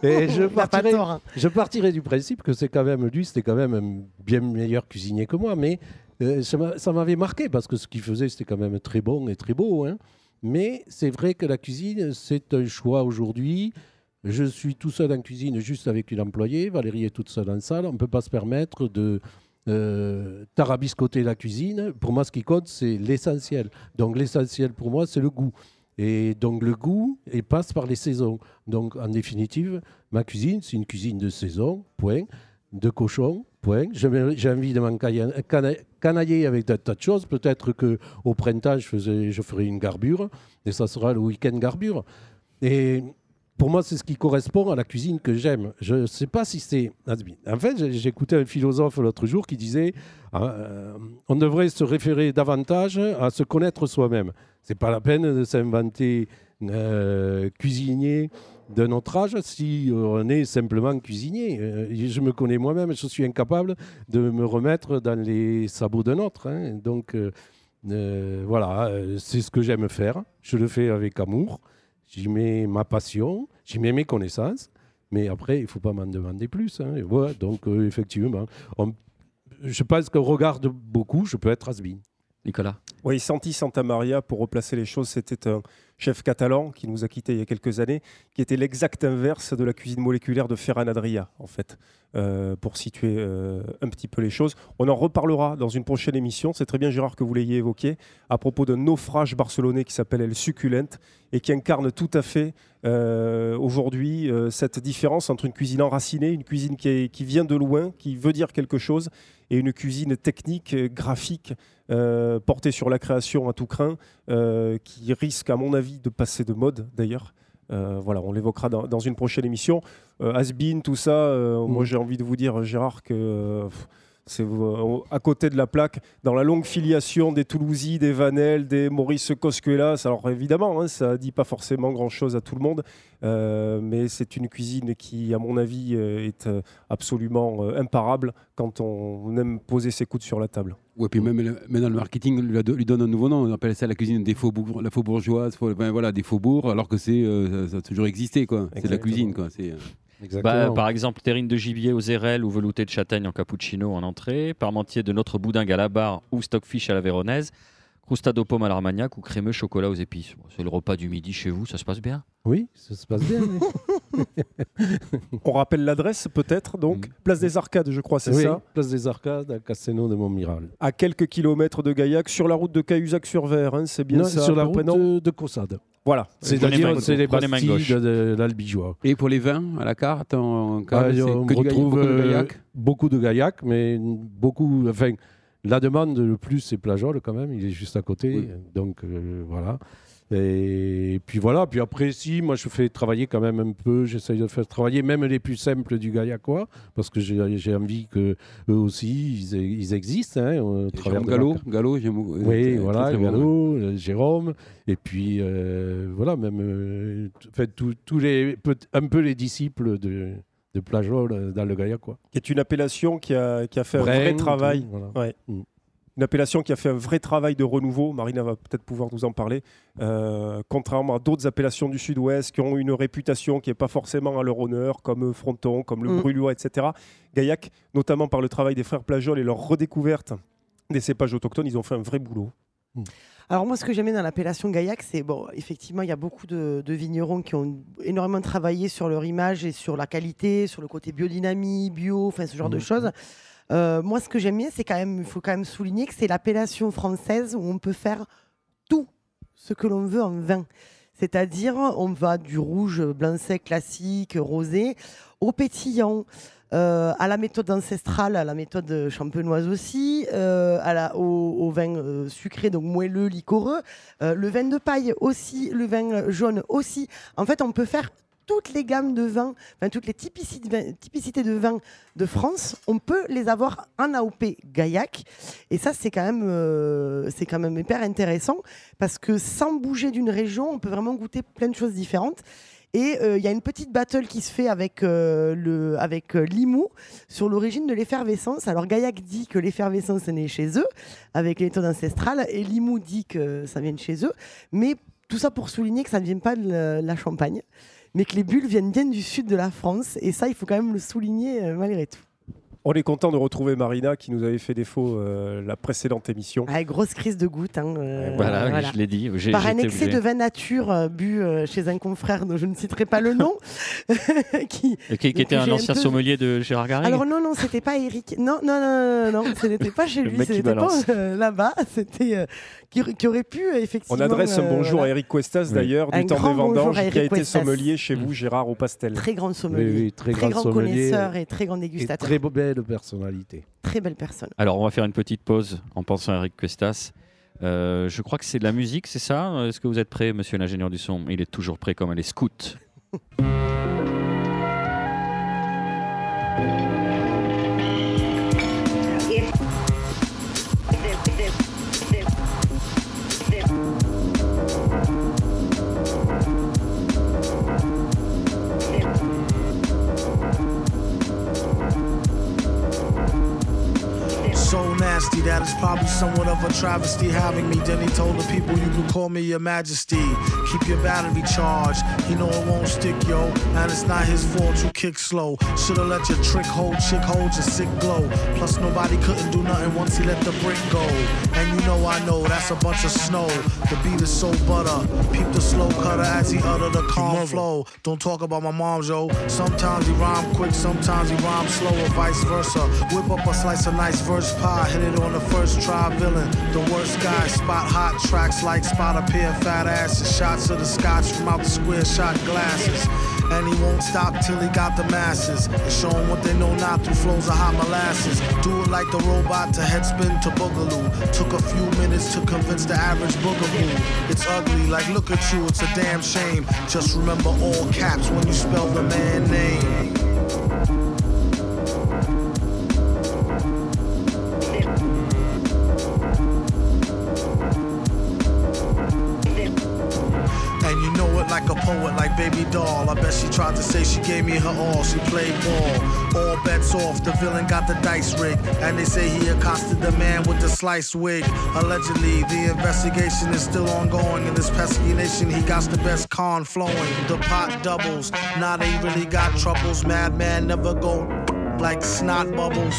je partirais du principe que c'était quand même un bien meilleur cuisinier que moi, mais ça m'avait marqué, parce que ce qu'il faisait, c'était quand même très bon et très beau. Hein. Mais c'est vrai que la cuisine, c'est un choix aujourd'hui. Je suis tout seul en cuisine, juste avec une employée. Valérie est toute seule en salle. On ne peut pas se permettre de tarabiscoter la cuisine. Pour moi, ce qui compte, c'est l'essentiel. Donc, l'essentiel pour moi, c'est le goût. Et donc, le goût, il passe par les saisons. Donc, en définitive, ma cuisine, c'est une cuisine de saison, point. De cochon, point. J'ai envie de m'en canailler avec des tas de choses. Peut-être qu'au printemps, je ferai une garbure. Et ça sera le week-end garbure. Et pour moi, c'est ce qui correspond à la cuisine que j'aime. Je ne sais pas si c'est... En fait, j'ai écouté un philosophe l'autre jour qui disait on devrait se référer davantage à se connaître soi-même. Ce n'est pas la peine de s'inventer cuisinier de notre âge si on est simplement cuisinier. Je me connais moi-même, je suis incapable de me remettre dans les sabots d'un autre. Hein. Donc, voilà, c'est ce que j'aime faire. Je le fais avec amour. J'y mets ma passion, j'y mets mes connaissances, mais après, il ne faut pas m'en demander plus. Hein. Ouais, donc, effectivement, je pense qu'on regarde beaucoup, je peux être has-been. Nicolas? Oui, Santi Santamaria, pour replacer les choses, c'était chef catalan qui nous a quittés il y a quelques années, qui était l'exact inverse de la cuisine moléculaire de Ferran Adrià, en fait, pour situer un petit peu les choses. On en reparlera dans une prochaine émission. C'est très bien, Gérard, que vous l'ayez évoqué, à propos d'un naufrage barcelonais qui s'appelle El Succulent et qui incarne tout à fait aujourd'hui cette différence entre une cuisine enracinée, une cuisine qui vient de loin, qui veut dire quelque chose, et une cuisine technique, graphique, portée sur la création à tout crin, qui risque, à mon avis, de passer de mode, d'ailleurs. Voilà, on l'évoquera dans une prochaine émission. Has-been, tout ça, moi j'ai envie de vous dire, Gérard, que c'est à côté de la plaque, dans la longue filiation des Toulousis, des Vanel, des Maurice Coscuelas. Alors évidemment, ça ne dit pas forcément grand-chose à tout le monde, mais c'est une cuisine qui, à mon avis, est absolument imparable quand on aime poser ses coudes sur la table. Ouais, puis même maintenant le marketing lui donne un nouveau nom. On appelle ça la cuisine des faubourgs, la faubourgeoise, voilà, des faubourgs, alors que ça a toujours existé, quoi. C'est de la cuisine, quoi. Par exemple, terrine de gibier aux érelles ou velouté de châtaigne en cappuccino en entrée, parmentier de notre boudingue à la barre ou stockfish à la véronaise, crustade aux pommes à l'armagnac ou crémeux chocolat aux épices. C'est le repas du midi chez vous, ça se passe bien ? Oui, ça se passe bien. On rappelle l'adresse peut-être, donc place des Arcades, je crois, c'est ça ? Place des Arcades à Castelnau de Montmiral. À quelques kilomètres de Gaillac, sur la route de Cahuzac-sur-Ver, c'est bien ça ? Sur la route de Caussade. Voilà. C'est-à-dire, c'est les bastilles de l'Albigeois. Et pour les vins à la carte, on retrouve beaucoup de Gaillac, mais beaucoup. Enfin, la demande le plus, c'est Plageoles quand même. Il est juste à côté, donc voilà. Et puis voilà. Puis après, moi je fais travailler quand même un peu. J'essaye de faire travailler même les plus simples du Gaillacois, parce que j'ai envie que eux aussi ils existent. Gallo, j'aime beaucoup. Oui, voilà, Gallo, Jérôme. Et puis voilà, même un peu les disciples de Plageoles dans le Gaillacois. Qui est une appellation qui a fait un vrai travail. Voilà. Une appellation qui a fait un vrai travail de renouveau. Marina va peut-être pouvoir nous en parler. Contrairement à d'autres appellations du Sud-Ouest qui ont une réputation qui n'est pas forcément à leur honneur, comme Fronton, comme le Brullois, etc. Gaillac, notamment par le travail des frères Plageoles et leur redécouverte des cépages autochtones, ils ont fait un vrai boulot. Alors moi, ce que j'aimais dans l'appellation Gaillac, c'est effectivement, il y a beaucoup de vignerons qui ont énormément travaillé sur leur image et sur la qualité, sur le côté biodynamie, bio, enfin ce genre de choses. Moi, ce que j'aime bien, c'est il faut quand même souligner que c'est l'appellation française où on peut faire tout ce que l'on veut en vin. C'est-à-dire, on va du rouge, blanc sec, classique, rosé, au pétillant, à la méthode ancestrale, à la méthode champenoise aussi, au vin sucré, donc moelleux, liquoreux, le vin de paille aussi, le vin jaune aussi. En fait, on peut faire toutes les gammes de vins, toutes les typicités de vins de France, on peut les avoir en AOP Gaillac. Et ça, c'est quand même hyper intéressant parce que sans bouger d'une région, on peut vraiment goûter plein de choses différentes. Et il y a une petite battle qui se fait avec Limoux sur l'origine de l'effervescence. Alors Gaillac dit que l'effervescence est née chez eux, avec les méthodes ancestrales, et Limoux dit que ça vient de chez eux. Mais tout ça pour souligner que ça ne vient pas de la Champagne, mais que les bulles viennent bien du sud de la France. Et ça, il faut quand même le souligner malgré tout. On est content de retrouver Marina qui nous avait fait défaut la précédente émission. Grosse crise de goutte. Voilà. Je l'ai dit. Par un excès de vin nature bu chez un confrère dont je ne citerai pas le nom. qui était un ancien sommelier de Gérard Garrigue. Alors non, c'était pas Eric. Non, ce n'était pas chez lui. C'était pas là-bas. C'était qui aurait pu effectivement... On adresse un bonjour à Eric Cuestas d'ailleurs, du temps des vendanges, qui a été sommelier chez vous, Gérard, au Pastel. Très grand sommelier, oui, très grand connaisseur et très grand dégustateur. Très belle personnalité. Très belle personne. Alors on va faire une petite pause en pensant à Eric Cuestas. Je crois que c'est de la musique, c'est ça ? Est-ce que vous êtes prêt, monsieur l'ingénieur du son ? Il est toujours prêt comme les scouts. that it's probably somewhat of a travesty having me. Then he told the people, you can call me your majesty. Keep your battery charged, he know it won't stick, yo. And it's not his fault you kick slow. Should've let your trick hold, chick hold your sick glow. Plus nobody couldn't do nothing once he let the brick go. And you know I know that's a bunch of snow. The beat is so butter. Peep the slow cutter as he utter the calm flow. Don't talk about my mom, yo. Sometimes he rhyme quick, sometimes he rhyme slow, or vice versa. Whip up a slice of nice verse pie, hit it on the first try. Villain, the worst guy. Spot hot tracks like spot a pair of fat asses. Shots of the scotch from out the square shot glasses. And he won't stop till he got the masses. And show them what they know now through flows of hot molasses. Do it like the robot to headspin to boogaloo. Took a few minutes to convince the average boogaboo. It's ugly, like look at you, it's a damn shame. Just remember all caps when you spell the man name. Like a poet, like baby doll. I bet she tried to say she gave me her all. She played ball. All bets off. The villain got the dice rigged. And they say he accosted the man with the sliced wig. Allegedly, the investigation is still ongoing. In this pesky nation, he got the best con flowing. The pot doubles. Now they really got troubles. Madman never go like snot bubbles.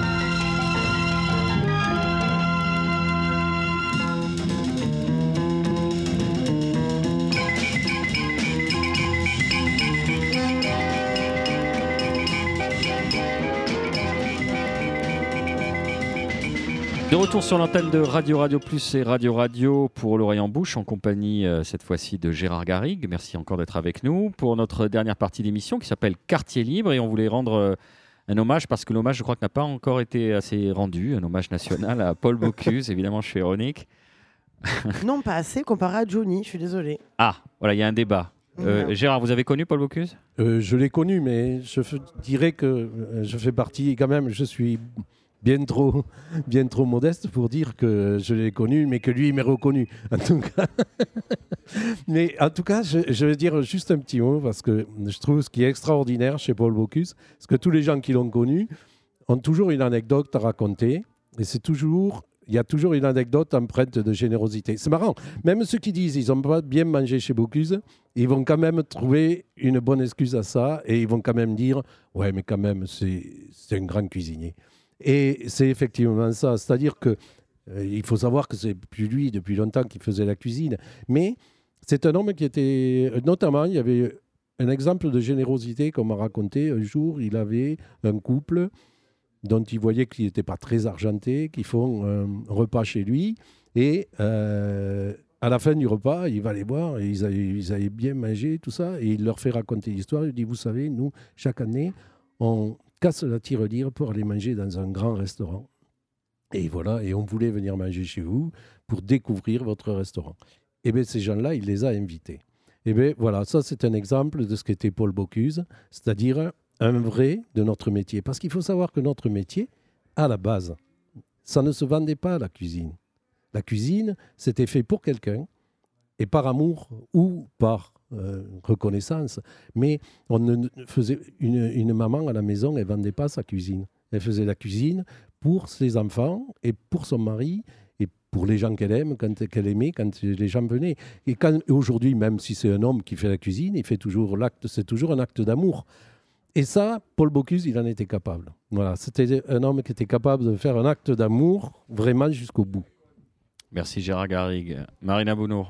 De retour sur l'antenne de Radio Plus et Radio pour l'oreille en bouche en compagnie cette fois-ci de Gérard Garrigue. Merci encore d'être avec nous pour notre dernière partie d'émission qui s'appelle Quartier Libre et on voulait rendre un hommage parce que l'hommage je crois que n'a pas encore été assez rendu, un hommage national à Paul Bocuse. Évidemment je suis ironique. Non pas assez comparé à Johnny, je suis désolé. Ah voilà il y a un débat. Gérard, vous avez connu Paul Bocuse ? Je l'ai connu mais je dirais que je fais partie quand même, je suis bien trop modeste pour dire que je l'ai connu, mais que lui, il m'est reconnu. En tout cas. Mais en tout cas, je vais dire juste un petit mot, parce que je trouve ce qui est extraordinaire chez Paul Bocuse, c'est que tous les gens qui l'ont connu ont toujours une anecdote à raconter, et il y a toujours une anecdote empreinte de générosité. C'est marrant, même ceux qui disent qu'ils n'ont pas bien mangé chez Bocuse, ils vont quand même trouver une bonne excuse à ça, et ils vont quand même dire « Ouais, mais quand même, c'est un grand cuisinier ». Et c'est effectivement ça, c'est-à-dire qu'il faut savoir que c'est plus lui depuis longtemps qui faisait la cuisine, mais c'est un homme qui était, notamment, il y avait un exemple de générosité qu'on m'a raconté. Un jour, il avait un couple dont il voyait qu'il n'était pas très argenté, qui font un repas chez lui, et à la fin du repas, il va les voir, et ils avaient bien mangé, tout ça, et il leur fait raconter l'histoire. Il dit, vous savez, nous, chaque année, on casse la tirelire pour aller manger dans un grand restaurant. Et voilà, et on voulait venir manger chez vous pour découvrir votre restaurant. Et bien, ces gens-là, il les a invités. Et bien, voilà, ça, c'est un exemple de ce qu'était Paul Bocuse, c'est-à-dire un vrai de notre métier. Parce qu'il faut savoir que notre métier, à la base, ça ne se vendait pas, la cuisine. La cuisine, c'était fait pour quelqu'un, et par amour ou par reconnaissance. Mais on ne faisait une maman à la maison, elle ne vendait pas sa cuisine. Elle faisait la cuisine pour ses enfants et pour son mari et pour les gens qu'elle aime, qu'elle aimait, quand les gens venaient. Et aujourd'hui, même si c'est un homme qui fait la cuisine, il fait toujours l'acte, c'est toujours un acte d'amour. Et ça, Paul Bocuse, il en était capable. Voilà, c'était un homme qui était capable de faire un acte d'amour vraiment jusqu'au bout. Merci Gérard Garrigue. Marina Bounour.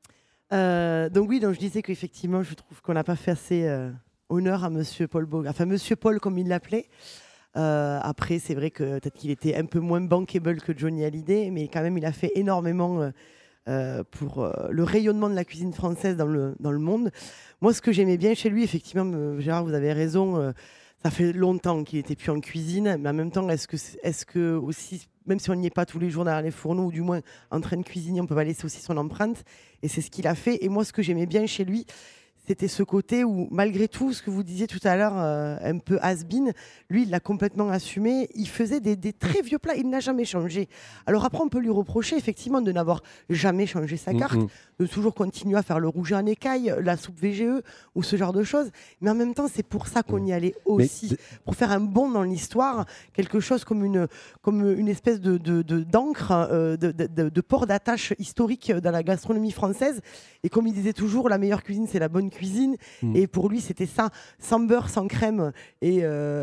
Donc je disais qu'effectivement, je trouve qu'on n'a pas fait assez honneur à Monsieur Paul Bocuse, enfin Monsieur Paul comme il l'appelait. Après, c'est vrai que peut-être qu'il était un peu moins bankable que Johnny Hallyday, mais quand même, il a fait énormément pour le rayonnement de la cuisine française dans le monde. Moi, ce que j'aimais bien chez lui, effectivement, Gérard, vous avez raison, ça fait longtemps qu'il n'était plus en cuisine, mais en même temps, est-ce que aussi, même si on n'y est pas tous les jours derrière les fourneaux, ou du moins en train de cuisiner, on peut pas laisser aussi son empreinte, et c'est ce qu'il a fait. Et moi, ce que j'aimais bien chez lui, c'était ce côté où, malgré tout, ce que vous disiez tout à l'heure, un peu has-been, lui, il l'a complètement assumé. Il faisait des très vieux plats, il n'a jamais changé. Alors après, on peut lui reprocher, effectivement, de n'avoir jamais changé sa carte, de toujours continuer à faire le rouget en écaille, la soupe VGE ou ce genre de choses. Mais en même temps, c'est pour ça qu'on y allait aussi, pour faire un bond dans l'histoire, quelque chose comme une espèce d'encre, de port d'attache historique dans la gastronomie française. Et comme il disait toujours, la meilleure cuisine, c'est la bonne cuisine. Et pour lui, c'était ça, sans beurre, sans crème et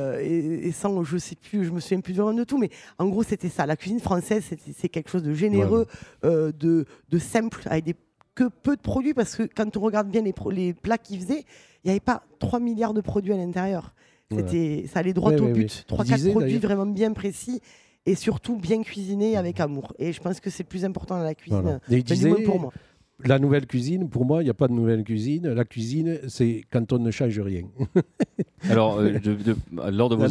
sans, je sais plus, je me souviens plus vraiment de tout, mais en gros, c'était ça. La cuisine française, c'est quelque chose de généreux, de simple, avec que peu de produits, parce que quand on regarde bien les plats qu'il faisait, il n'y avait pas 3 milliards de produits à l'intérieur. Ça allait droit au but. 3-4 produits vraiment bien précis. Et surtout bien cuisiné avec amour. Et je pense que c'est le plus important dans la cuisine, du moins pour moi. La nouvelle cuisine, pour moi, il n'y a pas de nouvelle cuisine. La cuisine, c'est quand on ne change rien. Alors, lors de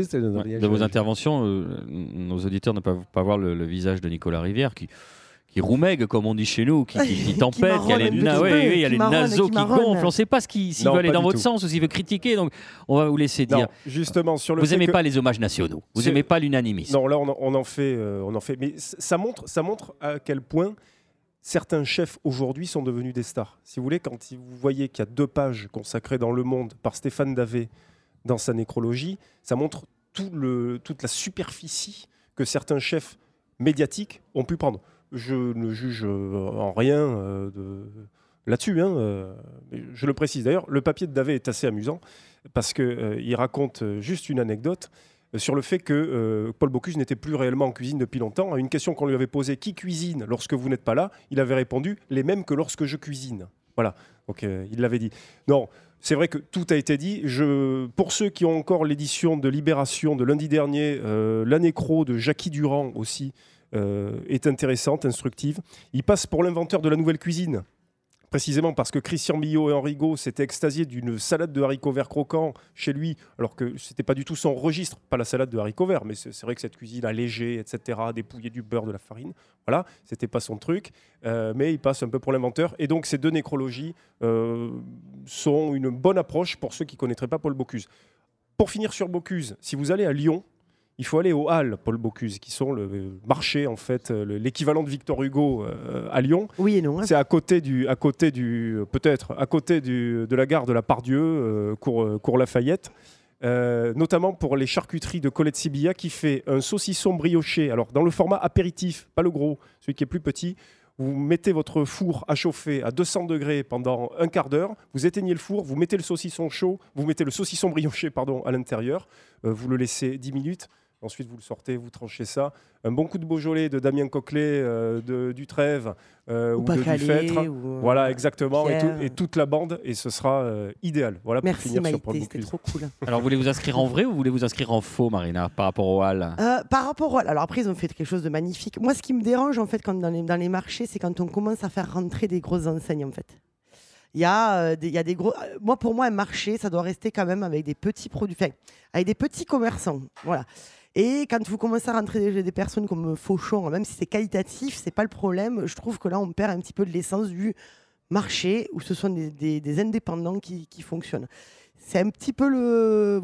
vos interventions, nos auditeurs ne peuvent pas voir le visage de Nicolas Rivière qui roumègue, comme on dit chez nous, qui tempête, qui a les naseaux qui gonflent. On ne sait pas s'il veut aller dans votre sens ou s'il veut critiquer. Donc, on va vous laisser dire. Justement, sur le vous n'aimez pas les hommages nationaux. Vous n'aimez pas l'unanimisme. Non, là, on en fait. Mais ça montre à quel point certains chefs aujourd'hui sont devenus des stars. Si vous voulez, quand vous voyez qu'il y a 2 pages consacrées dans Le Monde par Stéphane Davé dans sa nécrologie, ça montre toute la superficie que certains chefs médiatiques ont pu prendre. Je ne juge en rien là-dessus, mais je le précise. D'ailleurs, le papier de Davé est assez amusant parce qu'il raconte juste une anecdote sur le fait que Paul Bocuse n'était plus réellement en cuisine depuis longtemps. À une question qu'on lui avait posée, qui cuisine lorsque vous n'êtes pas là, il avait répondu, les mêmes que lorsque je cuisine. Voilà, donc il l'avait dit. Non, c'est vrai que tout a été dit. Pour ceux qui ont encore l'édition de Libération de lundi dernier, la nécro de Jackie Durand aussi est intéressante, instructive. Il passe pour l'inventeur de la nouvelle cuisine. Précisément parce que Christian Billot et Henri Gaud s'étaient extasiés d'une salade de haricots verts croquants chez lui, alors que ce n'était pas du tout son registre, pas la salade de haricots verts, mais c'est vrai que cette cuisine allégée, etc., dépouillée du beurre, de la farine, voilà, c'était pas son truc, mais il passe un peu pour l'inventeur. Et donc ces 2 nécrologies sont une bonne approche pour ceux qui ne connaîtraient pas Paul Bocuse. Pour finir sur Bocuse, si vous allez à Lyon, il faut aller aux Halles Paul Bocuse, qui sont le marché, en fait, l'équivalent de Victor Hugo à Lyon. Oui et non. C'est à côté de la gare de la Pardieu, cours Lafayette. Notamment pour les charcuteries de Colette Sibilla, qui fait un saucisson brioché. Alors, dans le format apéritif, pas le gros, celui qui est plus petit. Vous mettez votre four à chauffer à 200 degrés pendant un quart d'heure, vous éteignez le four, vous mettez le saucisson chaud, vous mettez le saucisson brioché à l'intérieur, vous le laissez 10 minutes. Ensuite, vous le sortez, vous tranchez ça. Un bon coup de Beaujolais de Damien Coquelet, du Trèves ou de Dufêtre. Voilà, exactement. Et toute la bande. Et ce sera idéal. Voilà, merci pour finir Maïté, sur Paul c'était trop cool. Alors, vous voulez vous inscrire en vrai ou vous voulez vous inscrire en faux, Marina, par rapport au Halles Par rapport au Halles. Alors après, ils ont fait quelque chose de magnifique. Moi, ce qui me dérange, en fait, quand dans les marchés, c'est quand on commence à faire rentrer des grosses enseignes, en fait. Il y a des gros. Pour moi, un marché, ça doit rester quand même avec des petits produits, avec des petits commerçants. Voilà. Et quand vous commencez à rentrer des personnes comme Fauchon, même si c'est qualitatif, c'est pas le problème. Je trouve que là, on perd un petit peu de l'essence du marché, où ce sont des indépendants qui fonctionnent. C'est un petit peu le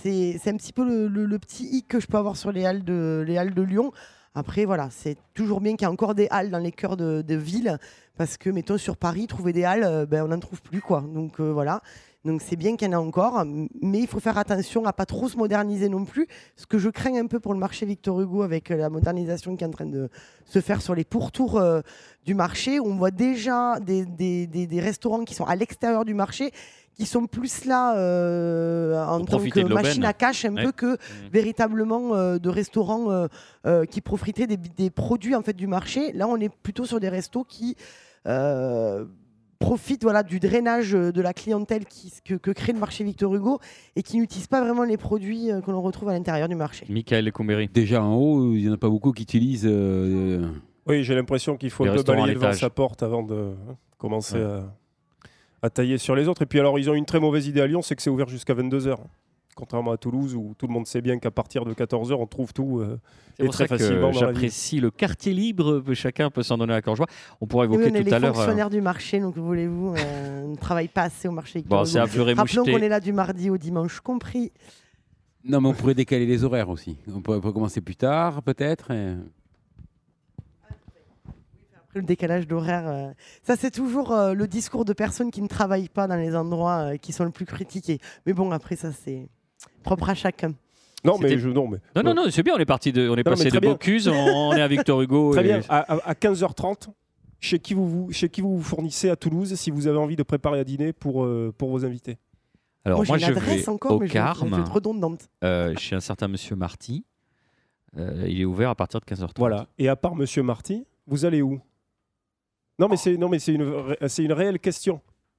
petit hic que je peux avoir sur les halles de Lyon. Après, voilà, c'est toujours bien qu'il y ait encore des halles dans les cœurs de villes, parce que, mettons, sur Paris, trouver des halles, on n'en trouve plus, quoi. Donc, voilà. Donc, c'est bien qu'il y en ait encore, mais il faut faire attention à ne pas trop se moderniser non plus, ce que je crains un peu pour le marché Victor Hugo, avec la modernisation qui est en train de se faire sur les pourtours du marché. On voit déjà des restaurants qui sont à l'extérieur du marché, qui sont plus là en tant que machine à cash peu que véritablement de restaurants qui profiteraient des produits en fait du marché. Là, on est plutôt sur des restos qui profitent du drainage de la clientèle que crée le marché Victor Hugo et qui n'utilisent pas vraiment les produits que l'on retrouve à l'intérieur du marché. Michael Lecombéry. Déjà en haut, il n'y en a pas beaucoup qui utilisent... Oui, j'ai l'impression qu'il faut un peu balayer devant sa porte avant de commencer à tailler sur les autres. Et puis alors, ils ont une très mauvaise idée à Lyon, c'est que c'est ouvert jusqu'à 22h. contrairement à Toulouse où tout le monde sait bien qu'à partir de 14h, on trouve tout C'est et pour très ça facilement que dans la ville. j'apprécie le quartier libre, chacun peut s'en donner à cœur joie. On pourra Oui, évoquer on est tout les à l'heure. fonctionnaires du marché, donc voulez-vous, on ne travaille pas assez au marché. Victor Bon, Hugo. c'est à fleurer Rappelons moucheté. qu'on est là du mardi au dimanche compris. Non, mais on pourrait décaler les horaires aussi. On pourrait commencer plus tard, peut-être. Le décalage d'horaire, ça c'est toujours le discours de personnes qui ne travaillent pas dans les endroits qui sont le plus critiqués. Mais bon, après ça c'est propre à chacun. Non, mais C'était- non, mais Non, c'est bien, on est passé mais de très bien. Bocuse, on est à Victor Hugo. très et- bien. À 15h30, chez qui vous vous fournissez à Toulouse si vous avez envie de préparer à dîner pour vos invités. Alors moi, j'ai je l'adresse vais encore, au mais je vais Carme, être redondante. chez un certain monsieur Marty. Il est ouvert à partir de 15h30. Voilà. Et à part Monsieur Marty, vous allez où? Non, mais c'est une réelle question.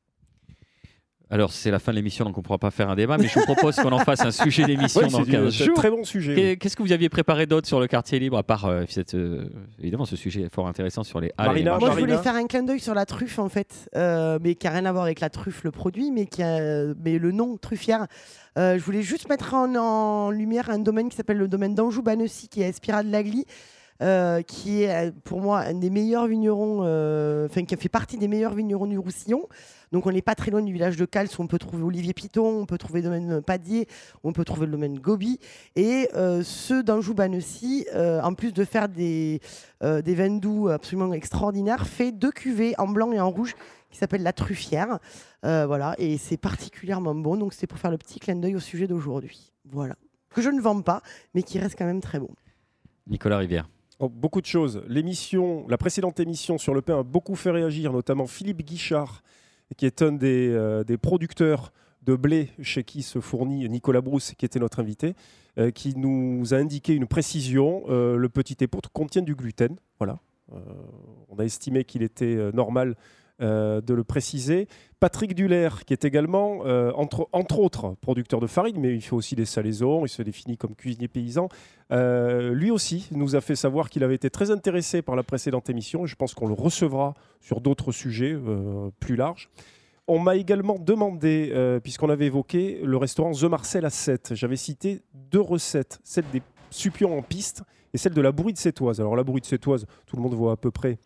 Alors, c'est la fin de l'émission, donc on ne pourra pas faire un débat, mais je vous propose qu'on en fasse un sujet d'émission Ouais, dans c'est 15 un jours. très bon sujet. Qu'est-ce que vous aviez préparé d'autre sur le quartier libre, à part évidemment ce sujet fort intéressant sur les halles et les Marina, marchés. Moi, je voulais Marina. faire un clin d'œil sur la truffe, en fait, mais qui n'a rien à voir avec la truffe, le produit, mais mais le nom truffière. Je voulais juste mettre en lumière un domaine qui s'appelle le domaine d'Anjou-Banecy, qui est à Espira-de-Lagly, qui est pour moi un des meilleurs vignerons, qui a fait partie des meilleurs vignerons du Roussillon. Donc on n'est pas très loin du village de Cals où on peut trouver Olivier Piton, on peut trouver le domaine Padier, on peut trouver le domaine Gobi. Et ceux d'Anjou-Banecy, en plus de faire des vins doux absolument extraordinaires, fait 2 cuvées en blanc et en rouge qui s'appellent la Truffière. Voilà, et c'est particulièrement bon. Donc c'est pour faire le petit clin d'œil au sujet d'aujourd'hui. Voilà. Que je ne vends pas, mais qui reste quand même très bon. Nicolas Rivière. Oh, beaucoup de choses. La précédente émission sur le pain a beaucoup fait réagir, notamment Philippe Guichard, qui est un des producteurs de blé chez qui se fournit Nicolas Brousse, qui était notre invité, qui nous a indiqué une précision. Le petit épeautre contient du gluten. Voilà. On a estimé qu'il était normal de le préciser. Patrick Duller, qui est également, entre autres, producteur de farine, mais il fait aussi des salaisons, il se définit comme cuisinier paysan. Lui aussi nous a fait savoir qu'il avait été très intéressé par la précédente émission. Je pense qu'on le recevra sur d'autres sujets plus larges. On m'a également demandé, puisqu'on avait évoqué le restaurant The Marcel à 7, j'avais cité 2 recettes, celle des supions en piste et celle de la bourride sétoise. Alors la bourride sétoise, tout le monde voit à peu près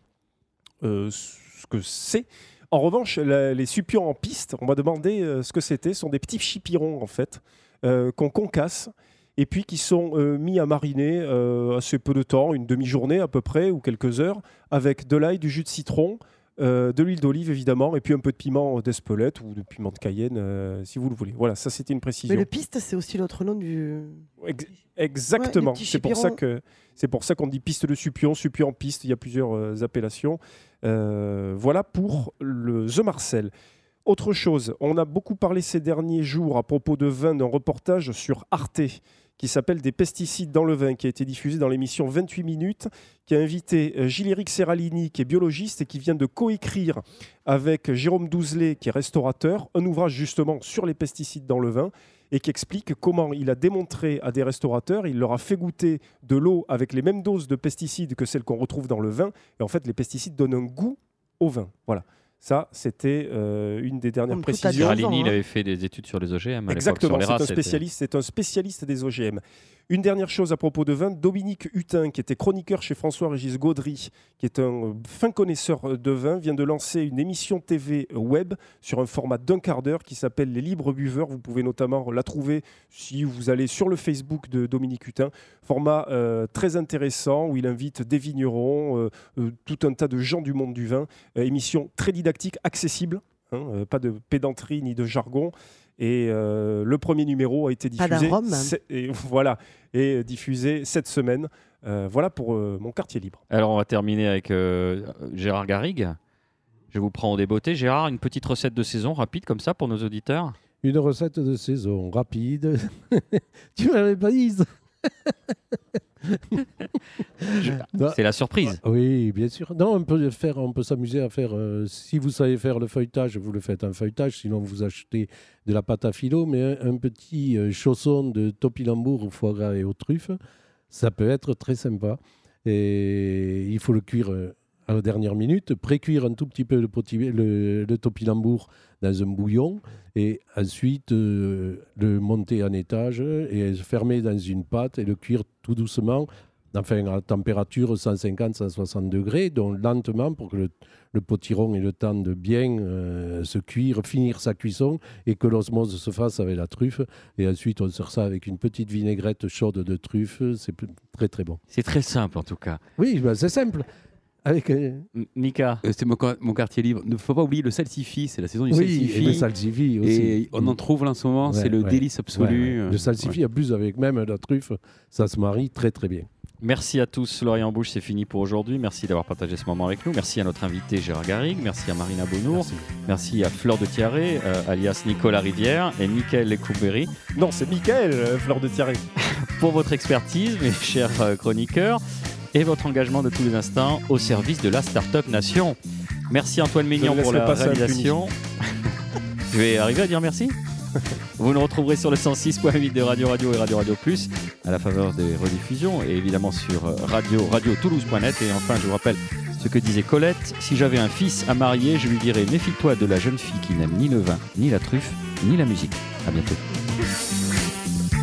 ce que c'est. En revanche, les supions en piste, on m'a demandé ce que c'était. Ce sont des petits chipirons en fait, qu'on concasse et puis qui sont mis à mariner assez peu de temps, une demi-journée à peu près ou quelques heures, avec de l'ail, du jus de citron, de l'huile d'olive évidemment, et puis un peu de piment d'Espelette ou de piment de Cayenne si vous le voulez. Voilà, ça c'était une précision. Mais le piste, c'est aussi l'autre nom du. Exactement. Ouais, les petits C'est pour ça qu'on dit piste de supion, supion en piste. Il y a plusieurs appellations. Voilà pour le The Marcel. Autre chose, on a beaucoup parlé ces derniers jours à propos de vin d'un reportage sur Arte qui s'appelle Des pesticides dans le vin, qui a été diffusé dans l'émission 28 minutes, qui a invité Gilles-Éric Serralini, qui est biologiste et qui vient de coécrire avec Jérôme Douzelet, qui est restaurateur, un ouvrage justement sur les pesticides dans le vin et qui explique comment il a démontré à des restaurateurs, il leur a fait goûter de l'eau avec les mêmes doses de pesticides que celles qu'on retrouve dans le vin. Et en fait, les pesticides donnent un goût au vin. Voilà. Ça, c'était une des dernières Comme tout à précisions. fait. Serralini, il avait fait des études sur les OGM. À Exactement, l'époque, sur les rats, c'est un spécialiste des OGM. Une dernière chose à propos de vin, Dominique Hutin, qui était chroniqueur chez François-Régis Gaudry, qui est un fin connaisseur de vin, vient de lancer une émission TV web sur un format d'1 quart d'heure qui s'appelle Les Libres Buveurs. Vous pouvez notamment la trouver si vous allez sur le Facebook de Dominique Hutin. Format très intéressant où il invite des vignerons, tout un tas de gens du monde du vin. Émission très didactique, accessible. Pas de pédanterie ni de jargon. Et le premier numéro a été diffusé. Et diffusé cette semaine. Voilà pour mon quartier libre. Alors, on va terminer avec Gérard Garrigue. Je vous prends au débeauté. Gérard, une petite recette de saison rapide comme ça pour nos auditeurs. Une recette de saison rapide. Tu m'avais pas dit ça. C'est la surprise. Oui, bien sûr. Non, on peut s'amuser à faire. Si vous savez faire le feuilletage, vous le faites un feuilletage. Sinon, vous achetez de la pâte à filo, mais un petit chausson de topinambour au foie gras et aux truffes, ça peut être très sympa. Et il faut le cuire à la dernière minute, pré-cuire un tout petit peu le topinambour dans un bouillon et ensuite le monter en étage et fermer dans une pâte et le cuire tout doucement, enfin à température 150-160 degrés, donc lentement pour que le potiron ait le temps de bien se cuire, finir sa cuisson et que l'osmose se fasse avec la truffe. Et ensuite, on sert ça avec une petite vinaigrette chaude de truffe. C'est très, très bon. C'est très simple en tout cas. Oui, c'est simple. Avec, Mika. C'est mon quartier libre. Il ne faut pas oublier le salsifis, c'est la saison du oui, salsifis. et le salsifis aussi. Et on en trouve là en ce moment, c'est le délice absolu. Le salsifis, en plus avec même la truffe, ça se marie très très bien. Merci à tous. L'Orient en bouche, c'est fini pour aujourd'hui. Merci d'avoir partagé ce moment avec nous. Merci à notre invité Gérard Garrigue. Merci à Marina Bonour. Merci à Fleur de Thierry, alias Nicolas Rivière, et Mickaël Lecouberry. Non, c'est Mickaël, Fleur de Thierry. Pour votre expertise, mes chers chroniqueurs, et votre engagement de tous les instants au service de la Startup Nation. Merci Antoine Maignan pour la réalisation. Je vais arriver à dire merci. Vous nous retrouverez sur le 106.8 de Radio Radio et Radio Radio Plus à la faveur des rediffusions et évidemment sur radiotoulouse.net. Et enfin, je vous rappelle ce que disait Colette: si j'avais un fils à marier, je lui dirais méfie-toi de la jeune fille qui n'aime ni le vin, ni la truffe, ni la musique. À bientôt.